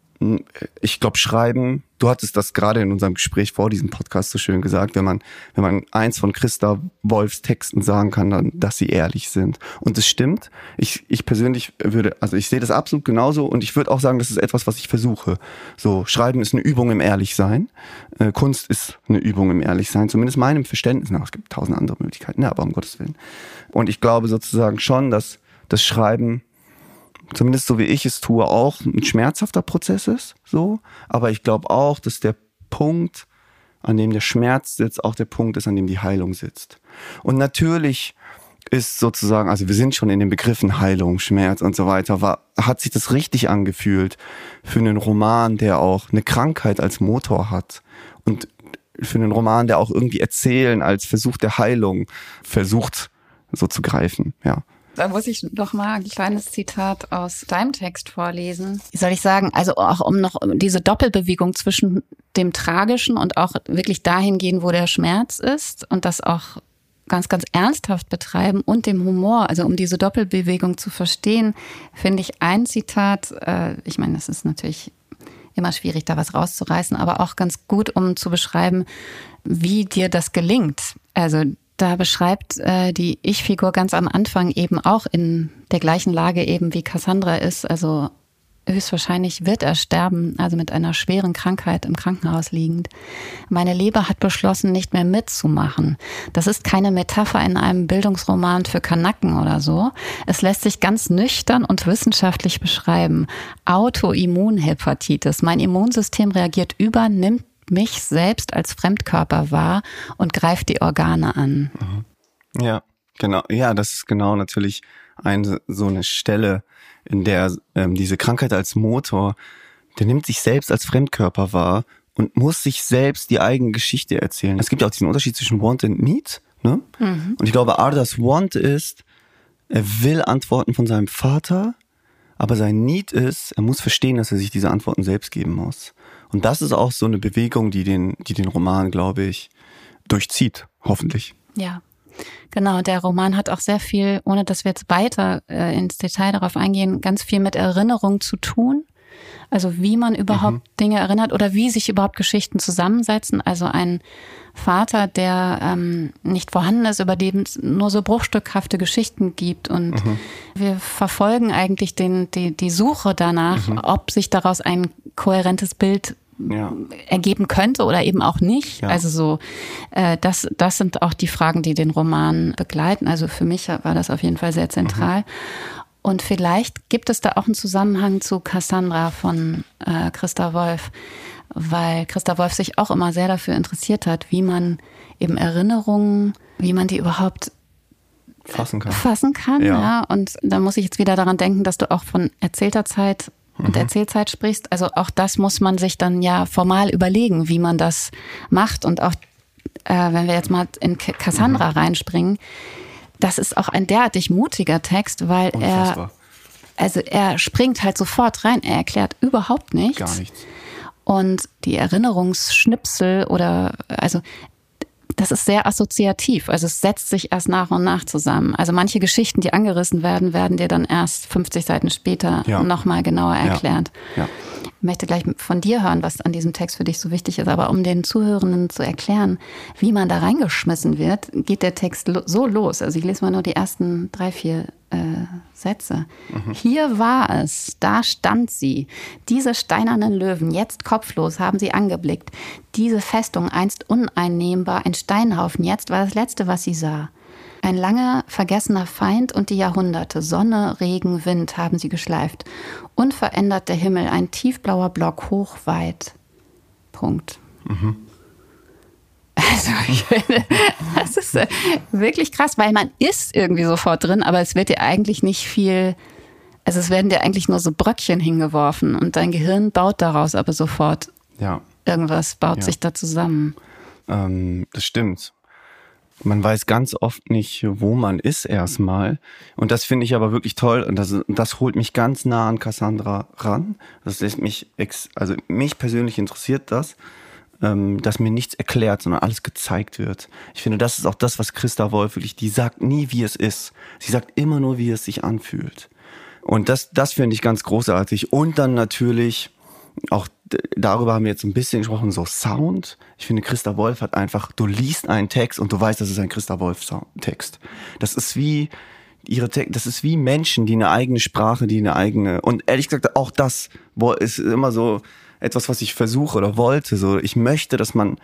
ich glaube, Schreiben, du hattest das gerade in unserem Gespräch vor diesem Podcast so schön gesagt, wenn man, wenn man eins von Christa Wolfs Texten sagen kann, dann, dass sie ehrlich sind. Und es stimmt. Ich, ich persönlich würde, also ich sehe das absolut genauso und ich würde auch sagen, das ist etwas, was ich versuche. So, Schreiben ist eine Übung im Ehrlichsein. Äh, Kunst ist eine Übung im Ehrlichsein, zumindest meinem Verständnis nach. Es gibt tausend andere Möglichkeiten, ne, aber um Gottes Willen. Und ich glaube sozusagen schon, dass das Schreiben, zumindest so wie ich es tue, auch ein schmerzhafter Prozess ist, so. Aber ich glaube auch, dass der Punkt, an dem der Schmerz sitzt, auch der Punkt ist, an dem die Heilung sitzt. Und natürlich ist sozusagen, also wir sind schon in den Begriffen Heilung, Schmerz und so weiter, war, hat sich das richtig angefühlt für einen Roman, der auch eine Krankheit als Motor hat und für einen Roman, der auch irgendwie Erzählen als Versuch der Heilung versucht, so zu greifen, ja. Da muss ich noch mal ein kleines Zitat aus deinem Text vorlesen. Wie soll ich sagen? Also auch um noch diese Doppelbewegung zwischen dem Tragischen und auch wirklich dahin gehen, wo der Schmerz ist und das auch ganz, ganz ernsthaft betreiben und dem Humor. Also um diese Doppelbewegung zu verstehen, finde ich ein Zitat, äh, ich meine, das ist natürlich immer schwierig, da was rauszureißen, aber auch ganz gut, um zu beschreiben, wie dir das gelingt. Also da beschreibt äh, die Ich-Figur ganz am Anfang eben auch in der gleichen Lage eben wie Cassandra ist. Also höchstwahrscheinlich wird er sterben, also mit einer schweren Krankheit im Krankenhaus liegend. Meine Leber hat beschlossen, nicht mehr mitzumachen. Das ist keine Metapher in einem Bildungsroman für Kanacken oder so. Es lässt sich ganz nüchtern und wissenschaftlich beschreiben. Autoimmunhepatitis. Mein Immunsystem reagiert über, nimmt mich selbst als Fremdkörper wahr und greift die Organe an. Ja, genau. Ja, das ist genau natürlich eine, so eine Stelle, in der ähm, diese Krankheit als Motor, der nimmt sich selbst als Fremdkörper wahr und muss sich selbst die eigene Geschichte erzählen. Es gibt ja auch diesen Unterschied zwischen Want and Need, ne? Mhm. Und ich glaube, Ardas Want ist, er will Antworten von seinem Vater, aber sein Need ist, er muss verstehen, dass er sich diese Antworten selbst geben muss. Und das ist auch so eine Bewegung, die den, die den Roman, glaube ich, durchzieht, hoffentlich. Ja, genau. Der Roman hat auch sehr viel, ohne dass wir jetzt weiter äh, ins Detail darauf eingehen, ganz viel mit Erinnerung zu tun. Also wie man überhaupt mhm. Dinge erinnert oder wie sich überhaupt Geschichten zusammensetzen. Also ein Vater, der ähm, nicht vorhanden ist, über den es nur so bruchstückhafte Geschichten gibt. Und mhm. wir verfolgen eigentlich den, die, die Suche danach, mhm. ob sich daraus ein kohärentes Bild ja. ergeben könnte oder eben auch nicht. Ja. Also so, äh, das, das sind auch die Fragen, die den Roman begleiten. Also für mich war das auf jeden Fall sehr zentral. Mhm. Und vielleicht gibt es da auch einen Zusammenhang zu Cassandra von äh, Christa Wolf, weil Christa Wolf sich auch immer sehr dafür interessiert hat, wie man eben Erinnerungen, wie man die überhaupt fassen kann. Fassen kann, ja. ja. Und da muss ich jetzt wieder daran denken, dass du auch von erzählter Zeit und mhm. Erzählzeit sprichst. Also auch das muss man sich dann ja formal überlegen, wie man das macht. Und auch, äh, wenn wir jetzt mal in Cassandra mhm. reinspringen, das ist auch ein derartig mutiger Text, weil Unfassbar. er, also er springt halt sofort rein, er erklärt überhaupt nichts. Gar nichts. Und die Erinnerungsschnipsel oder, also das ist sehr assoziativ, also es setzt sich erst nach und nach zusammen. Also manche Geschichten, die angerissen werden, werden dir dann erst fünfzig Seiten später ja. nochmal genauer erklärt. Ja. Ja. Ich möchte gleich von dir hören, was an diesem Text für dich so wichtig ist. Aber um den Zuhörenden zu erklären, wie man da reingeschmissen wird, geht der Text so los. Also ich lese mal nur die ersten drei, vier äh, Sätze. Mhm. Hier war es, da stand sie. Diese steinernen Löwen, jetzt kopflos, haben sie angeblickt. Diese Festung, einst uneinnehmbar, ein Steinhaufen, jetzt war das Letzte, was sie sah. Ein langer, vergessener Feind und die Jahrhunderte, Sonne, Regen, Wind haben sie geschleift. Unverändert der Himmel, ein tiefblauer Block, hochweit. Punkt. Mhm. Also ich finde, das ist wirklich krass, weil man ist irgendwie sofort drin, aber es wird dir eigentlich nicht viel, also es werden dir eigentlich nur so Bröckchen hingeworfen und dein Gehirn baut daraus aber sofort ja. irgendwas, baut ja. sich da zusammen. Ähm, das stimmt. Man weiß ganz oft nicht, wo man ist erstmal. Und das finde ich aber wirklich toll. Und das, das holt mich ganz nah an Cassandra ran. Das lässt mich, ex, also mich persönlich interessiert das, ähm, dass mir nichts erklärt, sondern alles gezeigt wird. Ich finde, das ist auch das, was Christa Wolf wirklich, die sagt nie, wie es ist. Sie sagt immer nur, wie es sich anfühlt. Und das, das finde ich ganz großartig. Und dann natürlich auch darüber haben wir jetzt ein bisschen gesprochen, so Sound. Ich finde, Christa Wolf hat einfach, du liest einen Text und du weißt, das ist ein Christa Wolf-Text. Das ist wie ihre Te- das ist wie Menschen, die eine eigene Sprache, die eine eigene, und ehrlich gesagt, auch das ist immer so etwas, was ich versuche oder wollte. So, ich möchte, dass man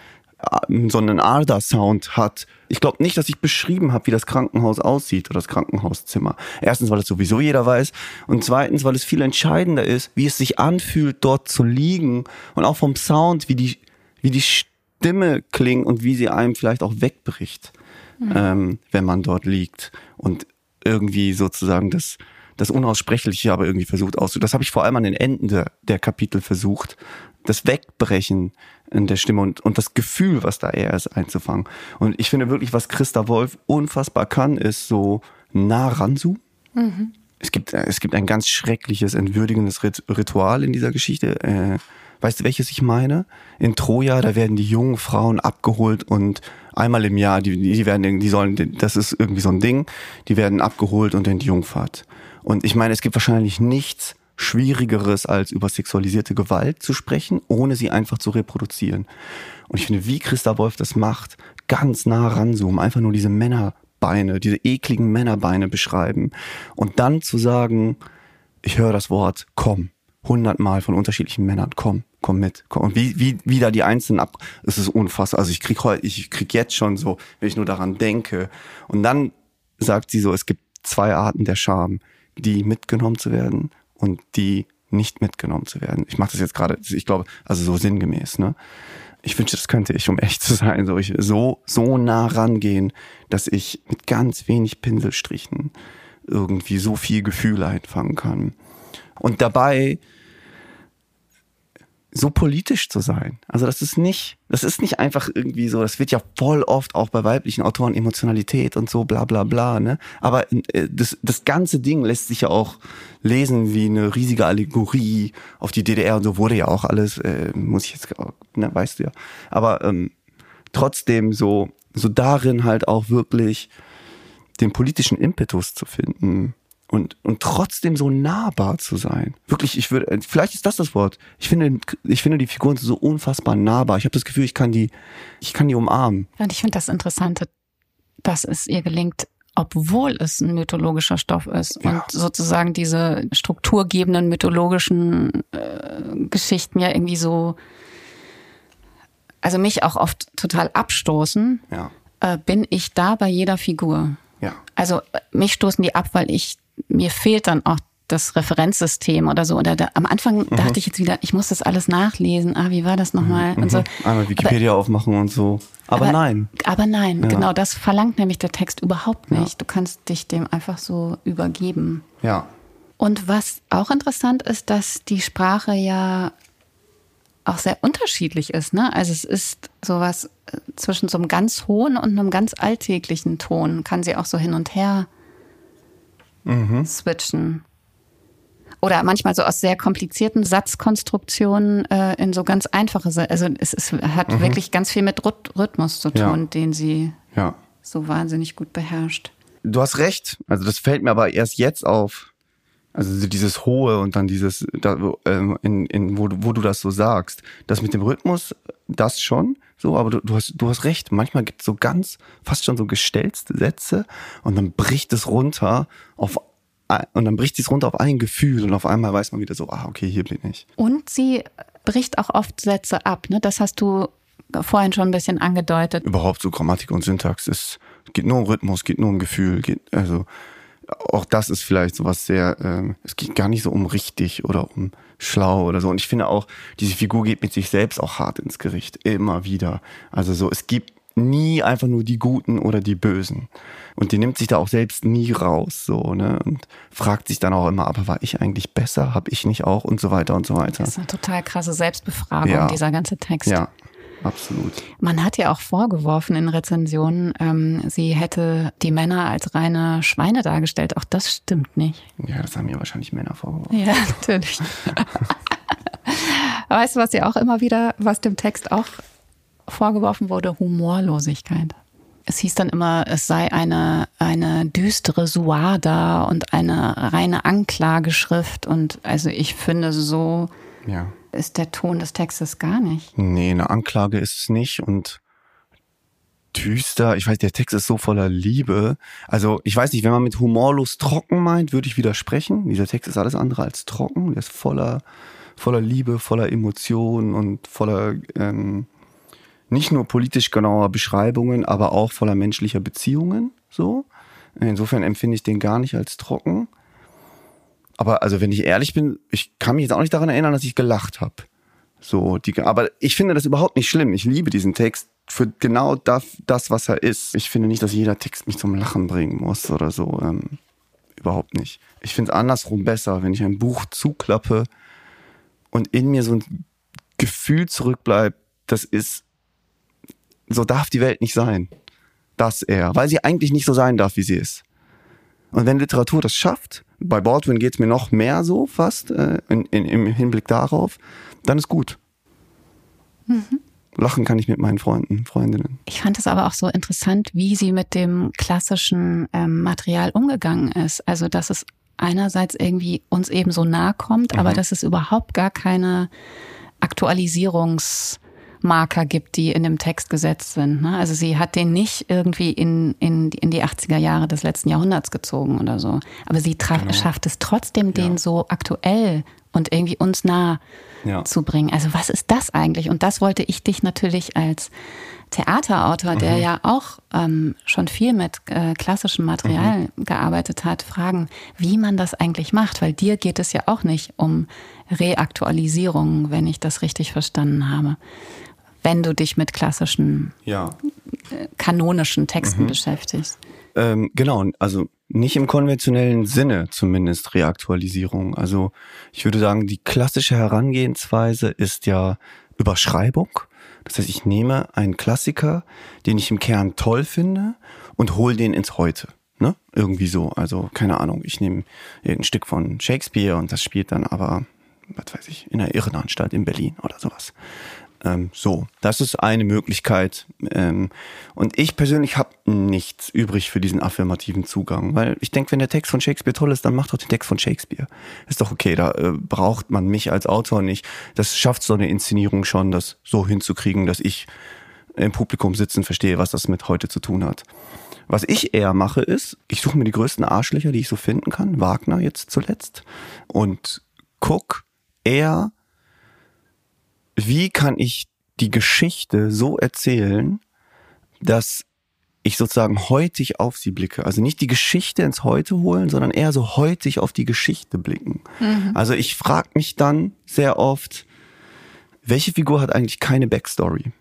so einen Arda-Sound hat. Ich glaube nicht, dass ich beschrieben habe, wie das Krankenhaus aussieht oder das Krankenhauszimmer. Erstens, weil es sowieso jeder weiß, und zweitens, weil es viel entscheidender ist, wie es sich anfühlt, dort zu liegen, und auch vom Sound, wie die, wie die Stimme klingt und wie sie einem vielleicht auch wegbricht, mhm. ähm, wenn man dort liegt und irgendwie sozusagen das, das Unaussprechliche aber irgendwie versucht auszudrücken. Das habe ich vor allem an den Enden der, der Kapitel versucht, das Wegbrechen in der Stimme und, und das Gefühl, was da eher ist, einzufangen. Und ich finde wirklich, was Christa Wolf unfassbar kann, ist so nah ranzoomen. Mhm. Es gibt, es gibt ein ganz schreckliches, entwürdigendes Ritual in dieser Geschichte. Äh, weißt du, welches ich meine? In Troja, da werden die jungen Frauen abgeholt und einmal im Jahr, die, die werden, die sollen, das ist irgendwie so ein Ding, die werden abgeholt und in die Jungfahrt. Und ich meine, es gibt wahrscheinlich nichts Schwierigeres, als über sexualisierte Gewalt zu sprechen, ohne sie einfach zu reproduzieren. Und ich finde, wie Christa Wolf das macht, ganz nah ranzoomen, einfach nur diese Männerbeine, diese ekligen Männerbeine beschreiben und dann zu sagen, ich höre das Wort komm, hundertmal von unterschiedlichen Männern, komm, komm mit, komm. Und wie, wie, wie da die Einzelnen ab, es ist unfassbar. Also ich krieg heute, ich krieg jetzt schon so, wenn ich nur daran denke. Und dann sagt sie so, es gibt zwei Arten der Scham, die mitgenommen zu werden und die nicht mitgenommen zu werden. Ich mache das jetzt gerade, ich glaube, also so sinngemäß, ne? Ich wünschte, das könnte ich, um echt zu sein, so, ich, so, so nah rangehen, dass ich mit ganz wenig Pinselstrichen irgendwie so viel Gefühl einfangen kann. Und dabei so politisch zu sein. Also das ist nicht, das ist nicht einfach irgendwie so, das wird ja voll oft auch bei weiblichen Autoren Emotionalität und so bla bla bla, ne? Aber äh, das, das ganze Ding lässt sich ja auch lesen wie eine riesige Allegorie auf die D D R und so wurde ja auch alles, äh, muss ich jetzt, ne, weißt du ja. Aber ähm, trotzdem so, so darin halt auch wirklich den politischen Impetus zu finden. Und, und trotzdem so nahbar zu sein. Wirklich, ich würde, vielleicht ist das das Wort. Ich finde, ich finde die Figuren so unfassbar nahbar. Ich habe das Gefühl, ich kann die, ich kann die umarmen. Und ich finde das Interessante, dass es ihr gelingt, obwohl es ein mythologischer Stoff ist ja. und sozusagen diese strukturgebenden mythologischen äh, Geschichten ja irgendwie so, also mich auch oft total abstoßen, ja. äh, bin ich da bei jeder Figur. Ja. Also mich stoßen die ab, weil ich mir fehlt dann auch das Referenzsystem oder so. Oder da, am Anfang mhm. dachte ich jetzt wieder, ich muss das alles nachlesen. Ah, wie war das nochmal? Mhm. Und so. Einmal Wikipedia aber, aufmachen und so. Aber, aber nein. Aber nein, ja. genau. Das verlangt nämlich der Text überhaupt nicht. Ja. Du kannst dich dem einfach so übergeben. Ja. Und was auch interessant ist, dass die Sprache ja auch sehr unterschiedlich ist, ne? Also es ist sowas zwischen so einem ganz hohen und einem ganz alltäglichen Ton. Kann sie auch so hin und her Mhm. switchen. Oder manchmal so aus sehr komplizierten Satzkonstruktionen äh, in so ganz einfache, also es ist, hat mhm. wirklich ganz viel mit Rhythmus zu tun, ja. den sie ja. so wahnsinnig gut beherrscht. Du hast recht, also das fällt mir aber erst jetzt auf, also dieses Hohe und dann dieses, da, in, in, wo, wo du das so sagst, das mit dem Rhythmus, das schon, so, aber du, du hast, du hast recht, manchmal gibt es so ganz, fast schon so gestelzte Sätze und dann bricht es runter auf, und dann bricht es runter auf ein Gefühl und auf einmal weiß man wieder so, ah, okay, hier bin ich. Und sie bricht auch oft Sätze ab, ne? Das hast du vorhin schon ein bisschen angedeutet. Überhaupt so Grammatik und Syntax, es geht nur um Rhythmus, geht nur um Gefühl, geht, also auch das ist vielleicht sowas sehr, ähm, es geht gar nicht so um richtig oder um schlau oder so. Und ich finde auch, diese Figur geht mit sich selbst auch hart ins Gericht, immer wieder. Also so, es gibt nie einfach nur die Guten oder die Bösen. Und die nimmt sich da auch selbst nie raus, so, ne? Und fragt sich dann auch immer, aber war ich eigentlich besser? Hab ich nicht auch? Und so weiter und so weiter. Das ist eine total krasse Selbstbefragung, ja. dieser ganze Text. Ja. Absolut. Man hat ja auch vorgeworfen in Rezensionen, ähm, sie hätte die Männer als reine Schweine dargestellt. Auch das stimmt nicht. Ja, das haben mir wahrscheinlich Männer vorgeworfen. Ja, natürlich. Weißt du, was ja auch immer wieder, was dem Text auch vorgeworfen wurde? Humorlosigkeit. Es hieß dann immer, es sei eine, eine düstere Suada und eine reine Anklageschrift. Und also ich finde, so ja. ist der Ton des Textes gar nicht. Nee, eine Anklage ist es nicht und düster, ich weiß, der Text ist so voller Liebe. Also ich weiß nicht, wenn man mit humorlos trocken meint, würde ich widersprechen. Dieser Text ist alles andere als trocken. Der ist voller, voller Liebe, voller Emotionen und voller ähm, nicht nur politisch genauer Beschreibungen, aber auch voller menschlicher Beziehungen. So. Insofern empfinde ich den gar nicht als trocken. Aber also wenn ich ehrlich bin, ich kann mich jetzt auch nicht daran erinnern, dass ich gelacht habe. So, die, aber ich finde das überhaupt nicht schlimm. Ich liebe diesen Text für genau das, das, was er ist. Ich finde nicht, dass jeder Text mich zum Lachen bringen muss oder so. Ähm, überhaupt nicht. Ich finde es andersrum besser, wenn ich ein Buch zuklappe und in mir so ein Gefühl zurückbleibt, das ist, so darf die Welt nicht sein. Das eher, weil sie eigentlich nicht so sein darf, wie sie ist. Und wenn Literatur das schafft, bei Baldwin geht es mir noch mehr so fast, äh, in, in, im Hinblick darauf, dann ist gut. Mhm. Lachen kann ich mit meinen Freunden, Freundinnen. Ich fand es aber auch so interessant, wie sie mit dem klassischen ähm, Material umgegangen ist. Also, dass es einerseits irgendwie uns eben so nahe kommt, mhm. aber dass es überhaupt gar keine Aktualisierungsmarker gibt, die in dem Text gesetzt sind. Ne? Also sie hat den nicht irgendwie in, in, in die achtziger Jahre des letzten Jahrhunderts gezogen oder so. Aber sie traf, genau. schafft es trotzdem, den ja. so aktuell und irgendwie uns nah ja. zu bringen. Also was ist das eigentlich? Und das wollte ich dich natürlich als Theaterautor, der mhm. ja auch ähm, schon viel mit äh, klassischem Material mhm. gearbeitet hat, fragen, wie man das eigentlich macht. Weil dir geht es ja auch nicht um Reaktualisierung, wenn ich das richtig verstanden habe. wenn du dich mit klassischen, ja. äh, kanonischen Texten mhm. beschäftigst. Ähm, genau, also nicht im konventionellen Sinne zumindest Reaktualisierung. Also ich würde sagen, die klassische Herangehensweise ist ja Überschreibung. Das heißt, ich nehme einen Klassiker, den ich im Kern toll finde und hole den ins Heute. Ne? Irgendwie so. Also keine Ahnung, ich nehme ein Stück von Shakespeare und das spielt dann aber, was weiß ich, in einer Irrenanstalt in Berlin oder sowas. Ähm, so, das ist eine Möglichkeit. Ähm, und ich persönlich habe nichts übrig für diesen affirmativen Zugang, weil ich denke, wenn der Text von Shakespeare toll ist, dann macht doch den Text von Shakespeare. Ist doch okay, da äh, braucht man mich als Autor nicht. Das schafft so eine Inszenierung schon, das so hinzukriegen, dass ich im Publikum sitzen verstehe, was das mit heute zu tun hat. Was ich eher mache ist, ich suche mir die größten Arschlöcher, die ich so finden kann, Wagner jetzt zuletzt, und guck eher, wie kann ich die Geschichte so erzählen, dass ich sozusagen heutig auf sie blicke. Also nicht die Geschichte ins Heute holen, sondern eher so heutig auf die Geschichte blicken. Mhm. Also ich frage mich dann sehr oft, welche Figur hat eigentlich keine Backstory?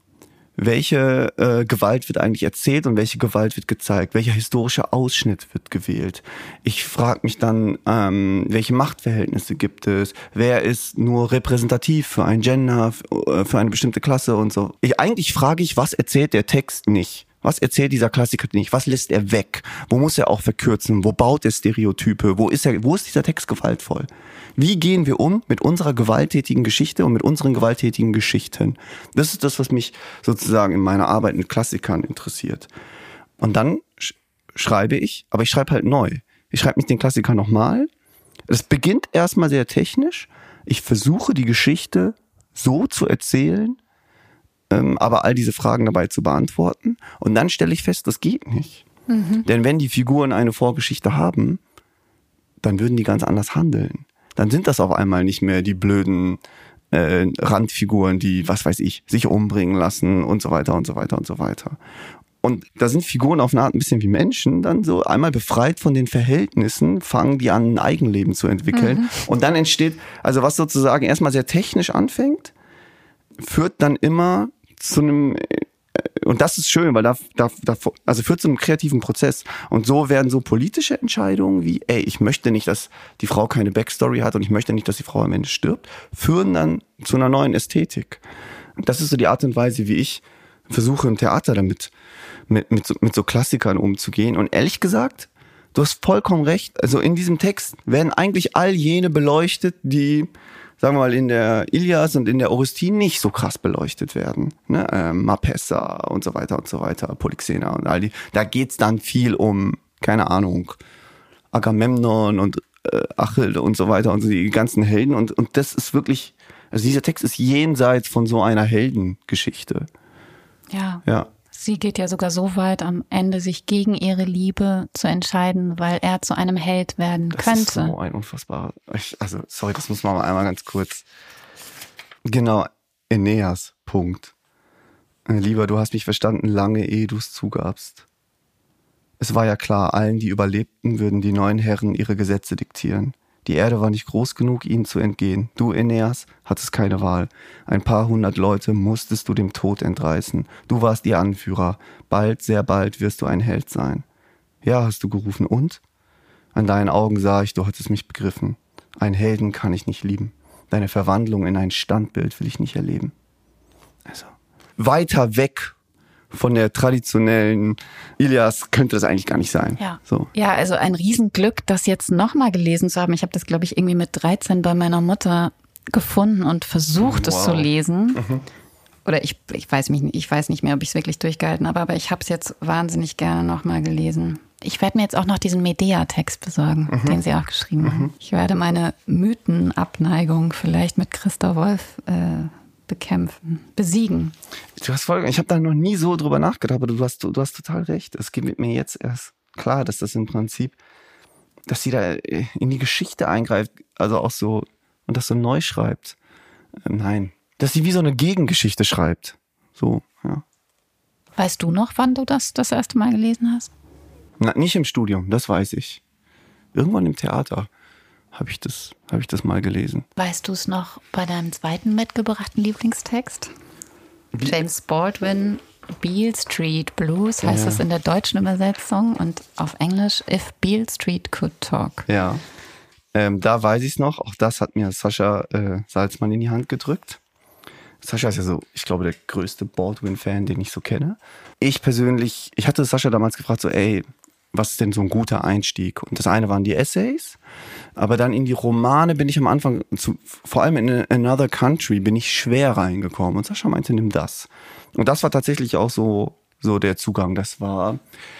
Welche äh, Gewalt wird eigentlich erzählt und welche Gewalt wird gezeigt? Welcher historische Ausschnitt wird gewählt? Ich frage mich dann, ähm, welche Machtverhältnisse gibt es? Wer ist nur repräsentativ für ein Gender, für eine bestimmte Klasse und so? Ich, eigentlich frage ich, was erzählt der Text nicht? Was erzählt dieser Klassiker nicht? Was lässt er weg? Wo muss er auch verkürzen? Wo baut er Stereotype? Wo ist er, wo ist dieser Text gewaltvoll? Wie gehen wir um mit unserer gewalttätigen Geschichte und mit unseren gewalttätigen Geschichten? Das ist das, was mich sozusagen in meiner Arbeit mit Klassikern interessiert. Und dann sch- schreibe ich, aber ich schreibe halt neu. Ich schreibe nicht den Klassiker nochmal. Es beginnt erstmal sehr technisch. Ich versuche die Geschichte so zu erzählen, ähm, aber all diese Fragen dabei zu beantworten. Und dann stelle ich fest, das geht nicht. Mhm. Denn wenn die Figuren eine Vorgeschichte haben, dann würden die ganz anders handeln. Dann sind das auf einmal nicht mehr die blöden äh, Randfiguren, die, was weiß ich, sich umbringen lassen und so weiter und so weiter und so weiter. Und da sind Figuren auf eine Art ein bisschen wie Menschen, dann so einmal befreit von den Verhältnissen, fangen die an, ein Eigenleben zu entwickeln. Mhm. Und dann entsteht, also was sozusagen erstmal sehr technisch anfängt, führt dann immer zu einem, und das ist schön, weil da, da, da also führt zu einem kreativen Prozess. Und so werden so politische Entscheidungen wie, ey, ich möchte nicht, dass die Frau keine Backstory hat und ich möchte nicht, dass die Frau am Ende stirbt, führen dann zu einer neuen Ästhetik. Und das ist so die Art und Weise, wie ich versuche im Theater damit, mit, mit, so, mit so Klassikern umzugehen. Und ehrlich gesagt, du hast vollkommen recht, also in diesem Text werden eigentlich all jene beleuchtet, die, sagen wir mal, in der Ilias und in der Orestien nicht so krass beleuchtet werden. Ne? Ähm, Marpessa und so weiter und so weiter, Polyxena und all die. Da geht's dann viel um, keine Ahnung, Agamemnon und äh, Achill und so weiter und so, die ganzen Helden. Und, und das ist wirklich, also dieser Text ist jenseits von so einer Heldengeschichte. Ja. Ja. Sie geht ja sogar so weit, am Ende sich gegen ihre Liebe zu entscheiden, weil er zu einem Held werden das könnte. Das ist so ein unfassbarer... Also, sorry, das muss man mal einmal ganz kurz... Genau, Aeneas, Punkt. Lieber, du hast mich verstanden, lange ehe du es zugabst. Es war ja klar, allen, die überlebten, würden die neuen Herren ihre Gesetze diktieren. Die Erde war nicht groß genug, ihnen zu entgehen. Du, Aeneas, hattest keine Wahl. Ein paar hundert Leute musstest du dem Tod entreißen. Du warst ihr Anführer. Bald, sehr bald wirst du ein Held sein. Ja, hast du gerufen. Und? An deinen Augen sah ich, du hattest mich begriffen. Einen Helden kann ich nicht lieben. Deine Verwandlung in ein Standbild will ich nicht erleben. Also, weiter weg von der traditionellen Ilias könnte das eigentlich gar nicht sein. Ja, so. Ja, also ein Riesenglück, das jetzt nochmal gelesen zu haben. Ich habe das, glaube ich, irgendwie mit dreizehn bei meiner Mutter gefunden und versucht, wow. es zu lesen. Mhm. Oder ich, ich weiß mich nicht, ich weiß nicht mehr, ob ich es wirklich durchgehalten habe, aber ich habe es jetzt wahnsinnig gerne nochmal gelesen. Ich werde mir jetzt auch noch diesen Medea-Text besorgen, mhm. den Sie auch geschrieben mhm. haben. Ich werde meine Mythenabneigung vielleicht mit Christa Wolf äh, bekämpfen, besiegen. Du hast voll, ich habe da noch nie so drüber nachgedacht, aber du hast, du hast total recht. Es geht mit mir jetzt erst klar, dass das im Prinzip, dass sie da in die Geschichte eingreift, also auch so, und das so neu schreibt. Ähm, nein, dass sie wie so eine Gegengeschichte schreibt. So, ja. Weißt du noch, wann du das das erste Mal gelesen hast? Na, nicht im Studium, das weiß ich. Irgendwann im Theater habe ich das, habe ich das mal gelesen. Weißt du es noch bei deinem zweiten mitgebrachten Lieblingstext? James Baldwin, Beale Street Blues heißt ja. es in der deutschen Übersetzung und auf Englisch If Beale Street Could Talk. Ja, ähm, da weiß ich es noch. Auch das hat mir Sascha äh, Salzmann in die Hand gedrückt. Sascha ist ja so, ich glaube, der größte Baldwin-Fan, den ich so kenne. Ich persönlich, ich hatte Sascha damals gefragt, so ey, was ist denn so ein guter Einstieg? Und das eine waren die Essays, aber dann in die Romane bin ich am Anfang, zu, vor allem in Another Country, bin ich schwer reingekommen. Und Sascha meinte, nimm das. Und das war tatsächlich auch so, so der Zugang. Das war,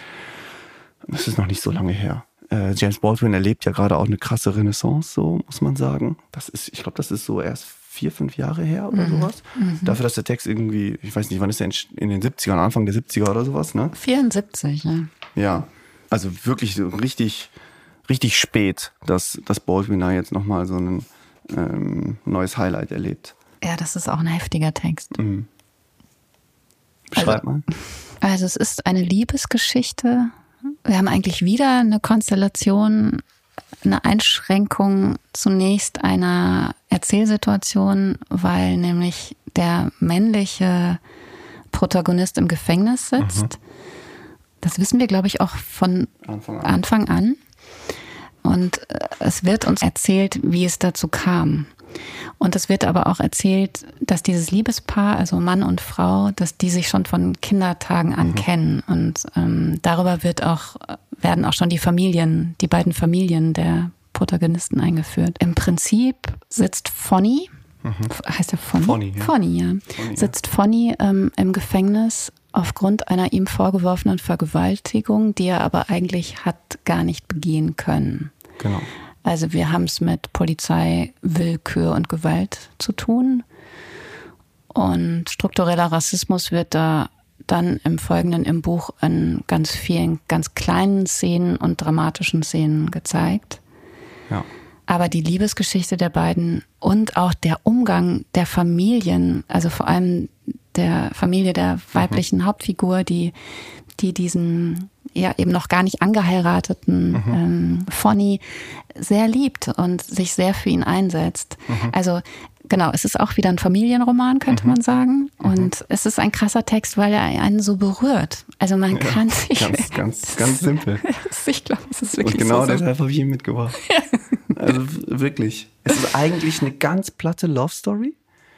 das ist noch nicht so lange her. Äh, James Baldwin erlebt ja gerade auch eine krasse Renaissance, so muss man sagen. Das ist, ich glaube, das ist so erst vier, fünf Jahre her oder mhm. sowas. Mhm. Dafür, dass der Text irgendwie, ich weiß nicht, wann ist der in den siebzigern, Anfang der siebziger oder sowas, ne? vierundsiebzig, ne? Ja, also wirklich so richtig, richtig spät, dass, dass Baldwin da jetzt nochmal so ein ähm, neues Highlight erlebt. Ja, das ist auch ein heftiger Text. Mhm. Beschreib also, mal. Also es ist eine Liebesgeschichte. Wir haben eigentlich wieder eine Konstellation, eine Einschränkung zunächst einer Erzählsituation, weil nämlich der männliche Protagonist im Gefängnis sitzt. Mhm. Das wissen wir, glaube ich, auch von Anfang an. Anfang an. Und es wird uns erzählt, wie es dazu kam. Und es wird aber auch erzählt, dass dieses Liebespaar, also Mann und Frau, dass die sich schon von Kindertagen an mhm. kennen. Und ähm, darüber wird auch, werden auch schon die Familien, die beiden Familien der Protagonisten eingeführt. Im Prinzip sitzt Fonny, mhm. heißt er Fonny? Fonny, ja. Fonny, ja. Fonny, sitzt ja. Fonny ähm, im Gefängnis aufgrund einer ihm vorgeworfenen Vergewaltigung, die er aber eigentlich hat gar nicht begehen können. Genau. Also wir haben es mit Polizei, Willkür und Gewalt zu tun. Und struktureller Rassismus wird da dann im Folgenden im Buch in ganz vielen, ganz kleinen Szenen und dramatischen Szenen gezeigt. Ja. Aber die Liebesgeschichte der beiden und auch der Umgang der Familien, also vor allem der Familie der weiblichen mhm. Hauptfigur, die, die diesen ja eben noch gar nicht angeheirateten mhm. ähm, Fonny sehr liebt und sich sehr für ihn einsetzt. Mhm. Also genau, es ist auch wieder ein Familienroman, könnte mhm. man sagen. Und mhm. es ist ein krasser Text, weil er einen so berührt. Also man ja, kann sich... Ganz, ganz, ganz simpel. Ich glaube, es ist wirklich und genau so deshalb habe ich ihn mitgebracht. Ja. Also wirklich. Es ist eigentlich eine ganz platte Love Story.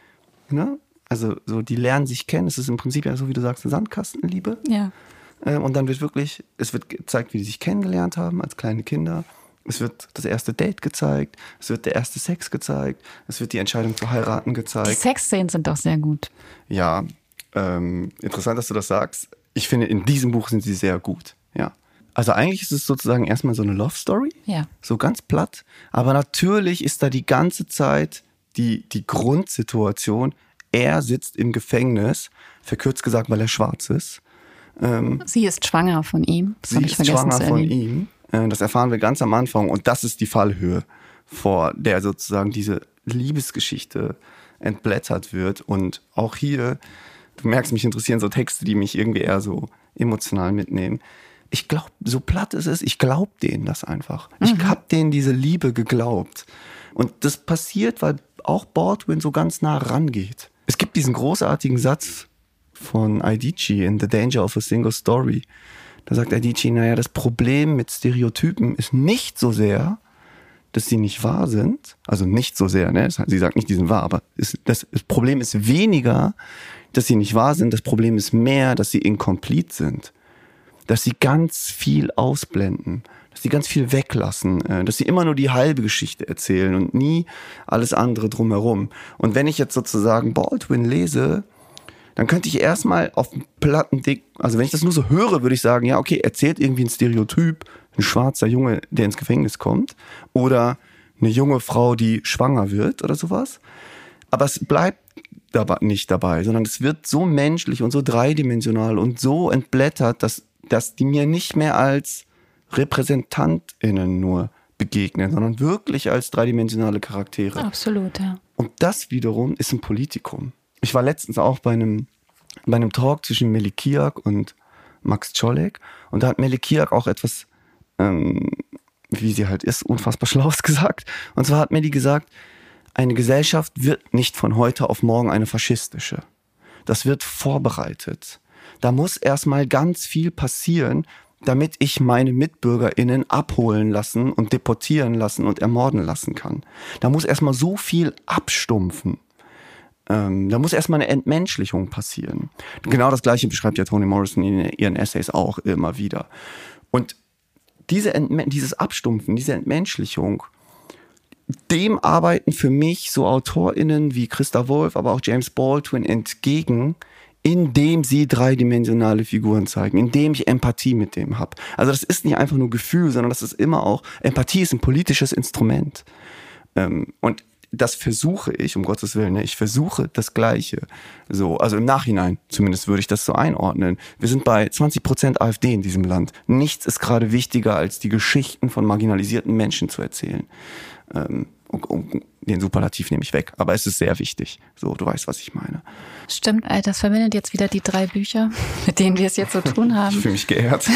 Ne? Also so, die lernen sich kennen. Es ist im Prinzip ja so, wie du sagst, eine Sandkastenliebe. Ja. Und dann wird wirklich, es wird gezeigt, wie die sich kennengelernt haben als kleine Kinder. Es wird das erste Date gezeigt, es wird der erste Sex gezeigt, es wird die Entscheidung zu heiraten gezeigt. Die Sexszenen sind doch sehr gut. Ja, ähm, interessant, dass du das sagst. Ich finde, in diesem Buch sind sie sehr gut. Ja. Also eigentlich ist es sozusagen erstmal so eine Love Story, ja. so ganz platt. Aber natürlich ist da die ganze Zeit die, die Grundsituation, er sitzt im Gefängnis, verkürzt gesagt, weil er schwarz ist. Ähm, sie ist schwanger von ihm. Das sie ist schwanger von ihm. Äh, das erfahren wir ganz am Anfang. Und das ist die Fallhöhe, vor der sozusagen diese Liebesgeschichte entblättert wird. Und auch hier, du merkst, mich interessieren so Texte, die mich irgendwie eher so emotional mitnehmen. Ich glaube, so platt ist es, ich glaube denen das einfach. Mhm. Ich habe denen diese Liebe geglaubt. Und das passiert, weil auch Baldwin so ganz nah rangeht. Es gibt diesen großartigen Satz von Adichie in The Danger of a Single Story. Da sagt Adichie, naja, das Problem mit Stereotypen ist nicht so sehr, dass sie nicht wahr sind. Also nicht so sehr, ne? Sie sagt nicht, die sind wahr, aber ist, das, das Problem ist weniger, dass sie nicht wahr sind. Das Problem ist mehr, dass sie incomplete sind. Dass sie ganz viel ausblenden. Dass sie ganz viel weglassen. Dass sie immer nur die halbe Geschichte erzählen und nie alles andere drumherum. Und wenn ich jetzt sozusagen Baldwin lese, dann könnte ich erstmal auf dem platten Dick, also wenn ich das nur so höre, würde ich sagen, ja, okay, erzählt irgendwie ein Stereotyp, ein schwarzer Junge, der ins Gefängnis kommt, oder eine junge Frau, die schwanger wird oder sowas. Aber es bleibt dabei nicht dabei, sondern es wird so menschlich und so dreidimensional und so entblättert, dass, dass die mir nicht mehr als RepräsentantInnen nur begegnen, sondern wirklich als dreidimensionale Charaktere. Absolut, ja. Und das wiederum ist ein Politikum. Ich war letztens auch bei einem, bei einem Talk zwischen Melikiak und Max Czolek und da hat Melikiak auch etwas, ähm, wie sie halt ist, unfassbar Schlaues gesagt. Und zwar hat Meli gesagt, eine Gesellschaft wird nicht von heute auf morgen eine faschistische. das wird vorbereitet. Da muss erstmal ganz viel passieren, damit ich meine MitbürgerInnen abholen lassen und deportieren lassen und ermorden lassen kann. Da muss erstmal so viel abstumpfen. Ähm, da muss erstmal eine Entmenschlichung passieren. Genau das Gleiche beschreibt ja Toni Morrison in ihren Essays auch immer wieder. Und diese Entme- dieses Abstumpfen, diese Entmenschlichung, dem arbeiten für mich so AutorInnen wie Christa Wolf, aber auch James Baldwin entgegen, indem sie dreidimensionale Figuren zeigen, indem ich Empathie mit dem habe. Also das ist nicht einfach nur Gefühl, sondern das ist immer auch, Empathie ist ein politisches Instrument. Ähm, und das versuche ich, um Gottes Willen, ne? ich versuche das Gleiche. So, also im Nachhinein zumindest würde ich das so einordnen. Wir sind bei zwanzig Prozent AfD in diesem Land. Nichts ist gerade wichtiger, als die Geschichten von marginalisierten Menschen zu erzählen. Ähm, um, um, den Superlativ nehme ich weg, aber es ist sehr wichtig. So, du weißt, was ich meine. Stimmt, das verbindet jetzt wieder die drei Bücher, mit denen wir es jetzt so tun haben. Ich fühle mich geehrt.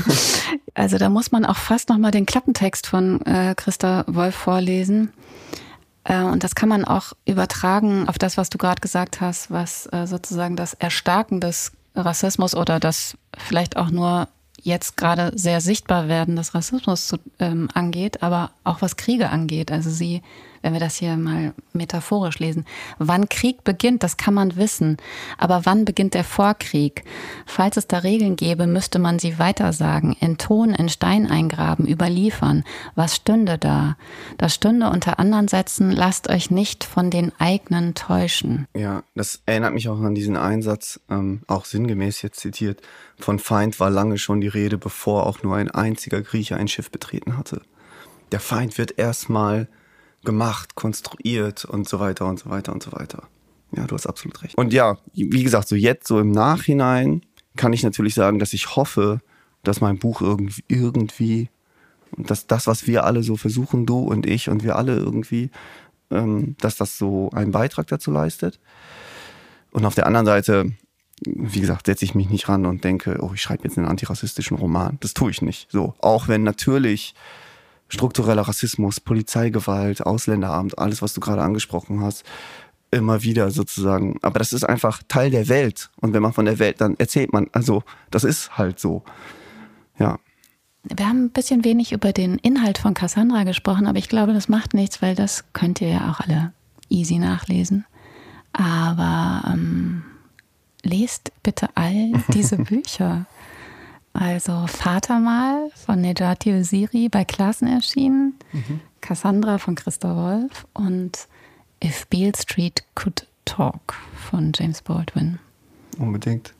Also da muss man auch fast nochmal den Klappentext von äh, Christa Wolf vorlesen. Äh, und das kann man auch übertragen auf das, was du gerade gesagt hast, was äh, sozusagen das Erstarken des Rassismus oder das vielleicht auch nur jetzt gerade sehr sichtbar werden des Rassismus zu, ähm, angeht, aber auch was Kriege angeht. Also sie, wenn wir das hier mal metaphorisch lesen, wann Krieg beginnt, das kann man wissen. Aber wann beginnt der Vorkrieg? Falls es da Regeln gäbe, müsste man sie weitersagen, in Ton, in Stein eingraben, überliefern. Was stünde da? Das stünde unter anderen Sätzen, lasst euch nicht von den eigenen täuschen. Ja, das erinnert mich auch an diesen Einsatz, ähm, auch sinngemäß jetzt zitiert, von Feind war lange schon die Rede, bevor auch nur ein einziger Grieche ein Schiff betreten hatte. Der Feind wird erstmal gemacht, konstruiert und so weiter und so weiter und so weiter. Ja, du hast absolut recht. Und ja, wie gesagt, so jetzt, so im Nachhinein kann ich natürlich sagen, dass ich hoffe, dass mein Buch irgendwie, irgendwie und dass das, was wir alle so versuchen, du und ich und wir alle irgendwie, ähm, dass das so einen Beitrag dazu leistet. Und auf der anderen Seite, wie gesagt, setze ich mich nicht ran und denke, oh, ich schreibe jetzt einen antirassistischen Roman. Das tue ich nicht. So, auch wenn natürlich struktureller Rassismus, Polizeigewalt, Ausländeramt, alles, was du gerade angesprochen hast, immer wieder sozusagen. Aber das ist einfach Teil der Welt. Und wenn man von der Welt, dann erzählt man, also das ist halt so. Ja. Wir haben ein bisschen wenig über den Inhalt von Cassandra gesprochen, aber ich glaube, das macht nichts, weil das könnt ihr ja auch alle easy nachlesen. Aber ähm, lest bitte all diese Bücher. Also Vater mal von Nejati Öziri bei Klassen erschienen, mhm. Cassandra von Christa Wolf und If Beale Street Could Talk von James Baldwin. Unbedingt.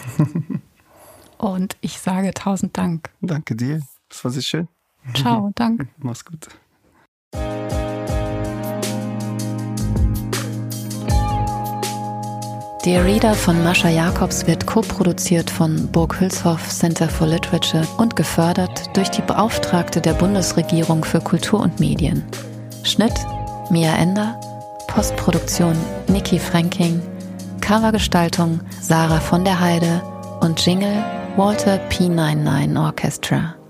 Und ich sage tausend Dank. Danke dir, das war sehr schön. Ciao, danke. Mach's gut. Dear Reader von Mascha Jacobs wird co-produziert von Burg Hülshoff Center for Literature und gefördert durch die Beauftragte der Bundesregierung für Kultur und Medien. Schnitt Mia Ender, Postproduktion Niki Fränking, Covergestaltung Sarah von der Heide und Jingle Walter P neunundneunzig Orchestra.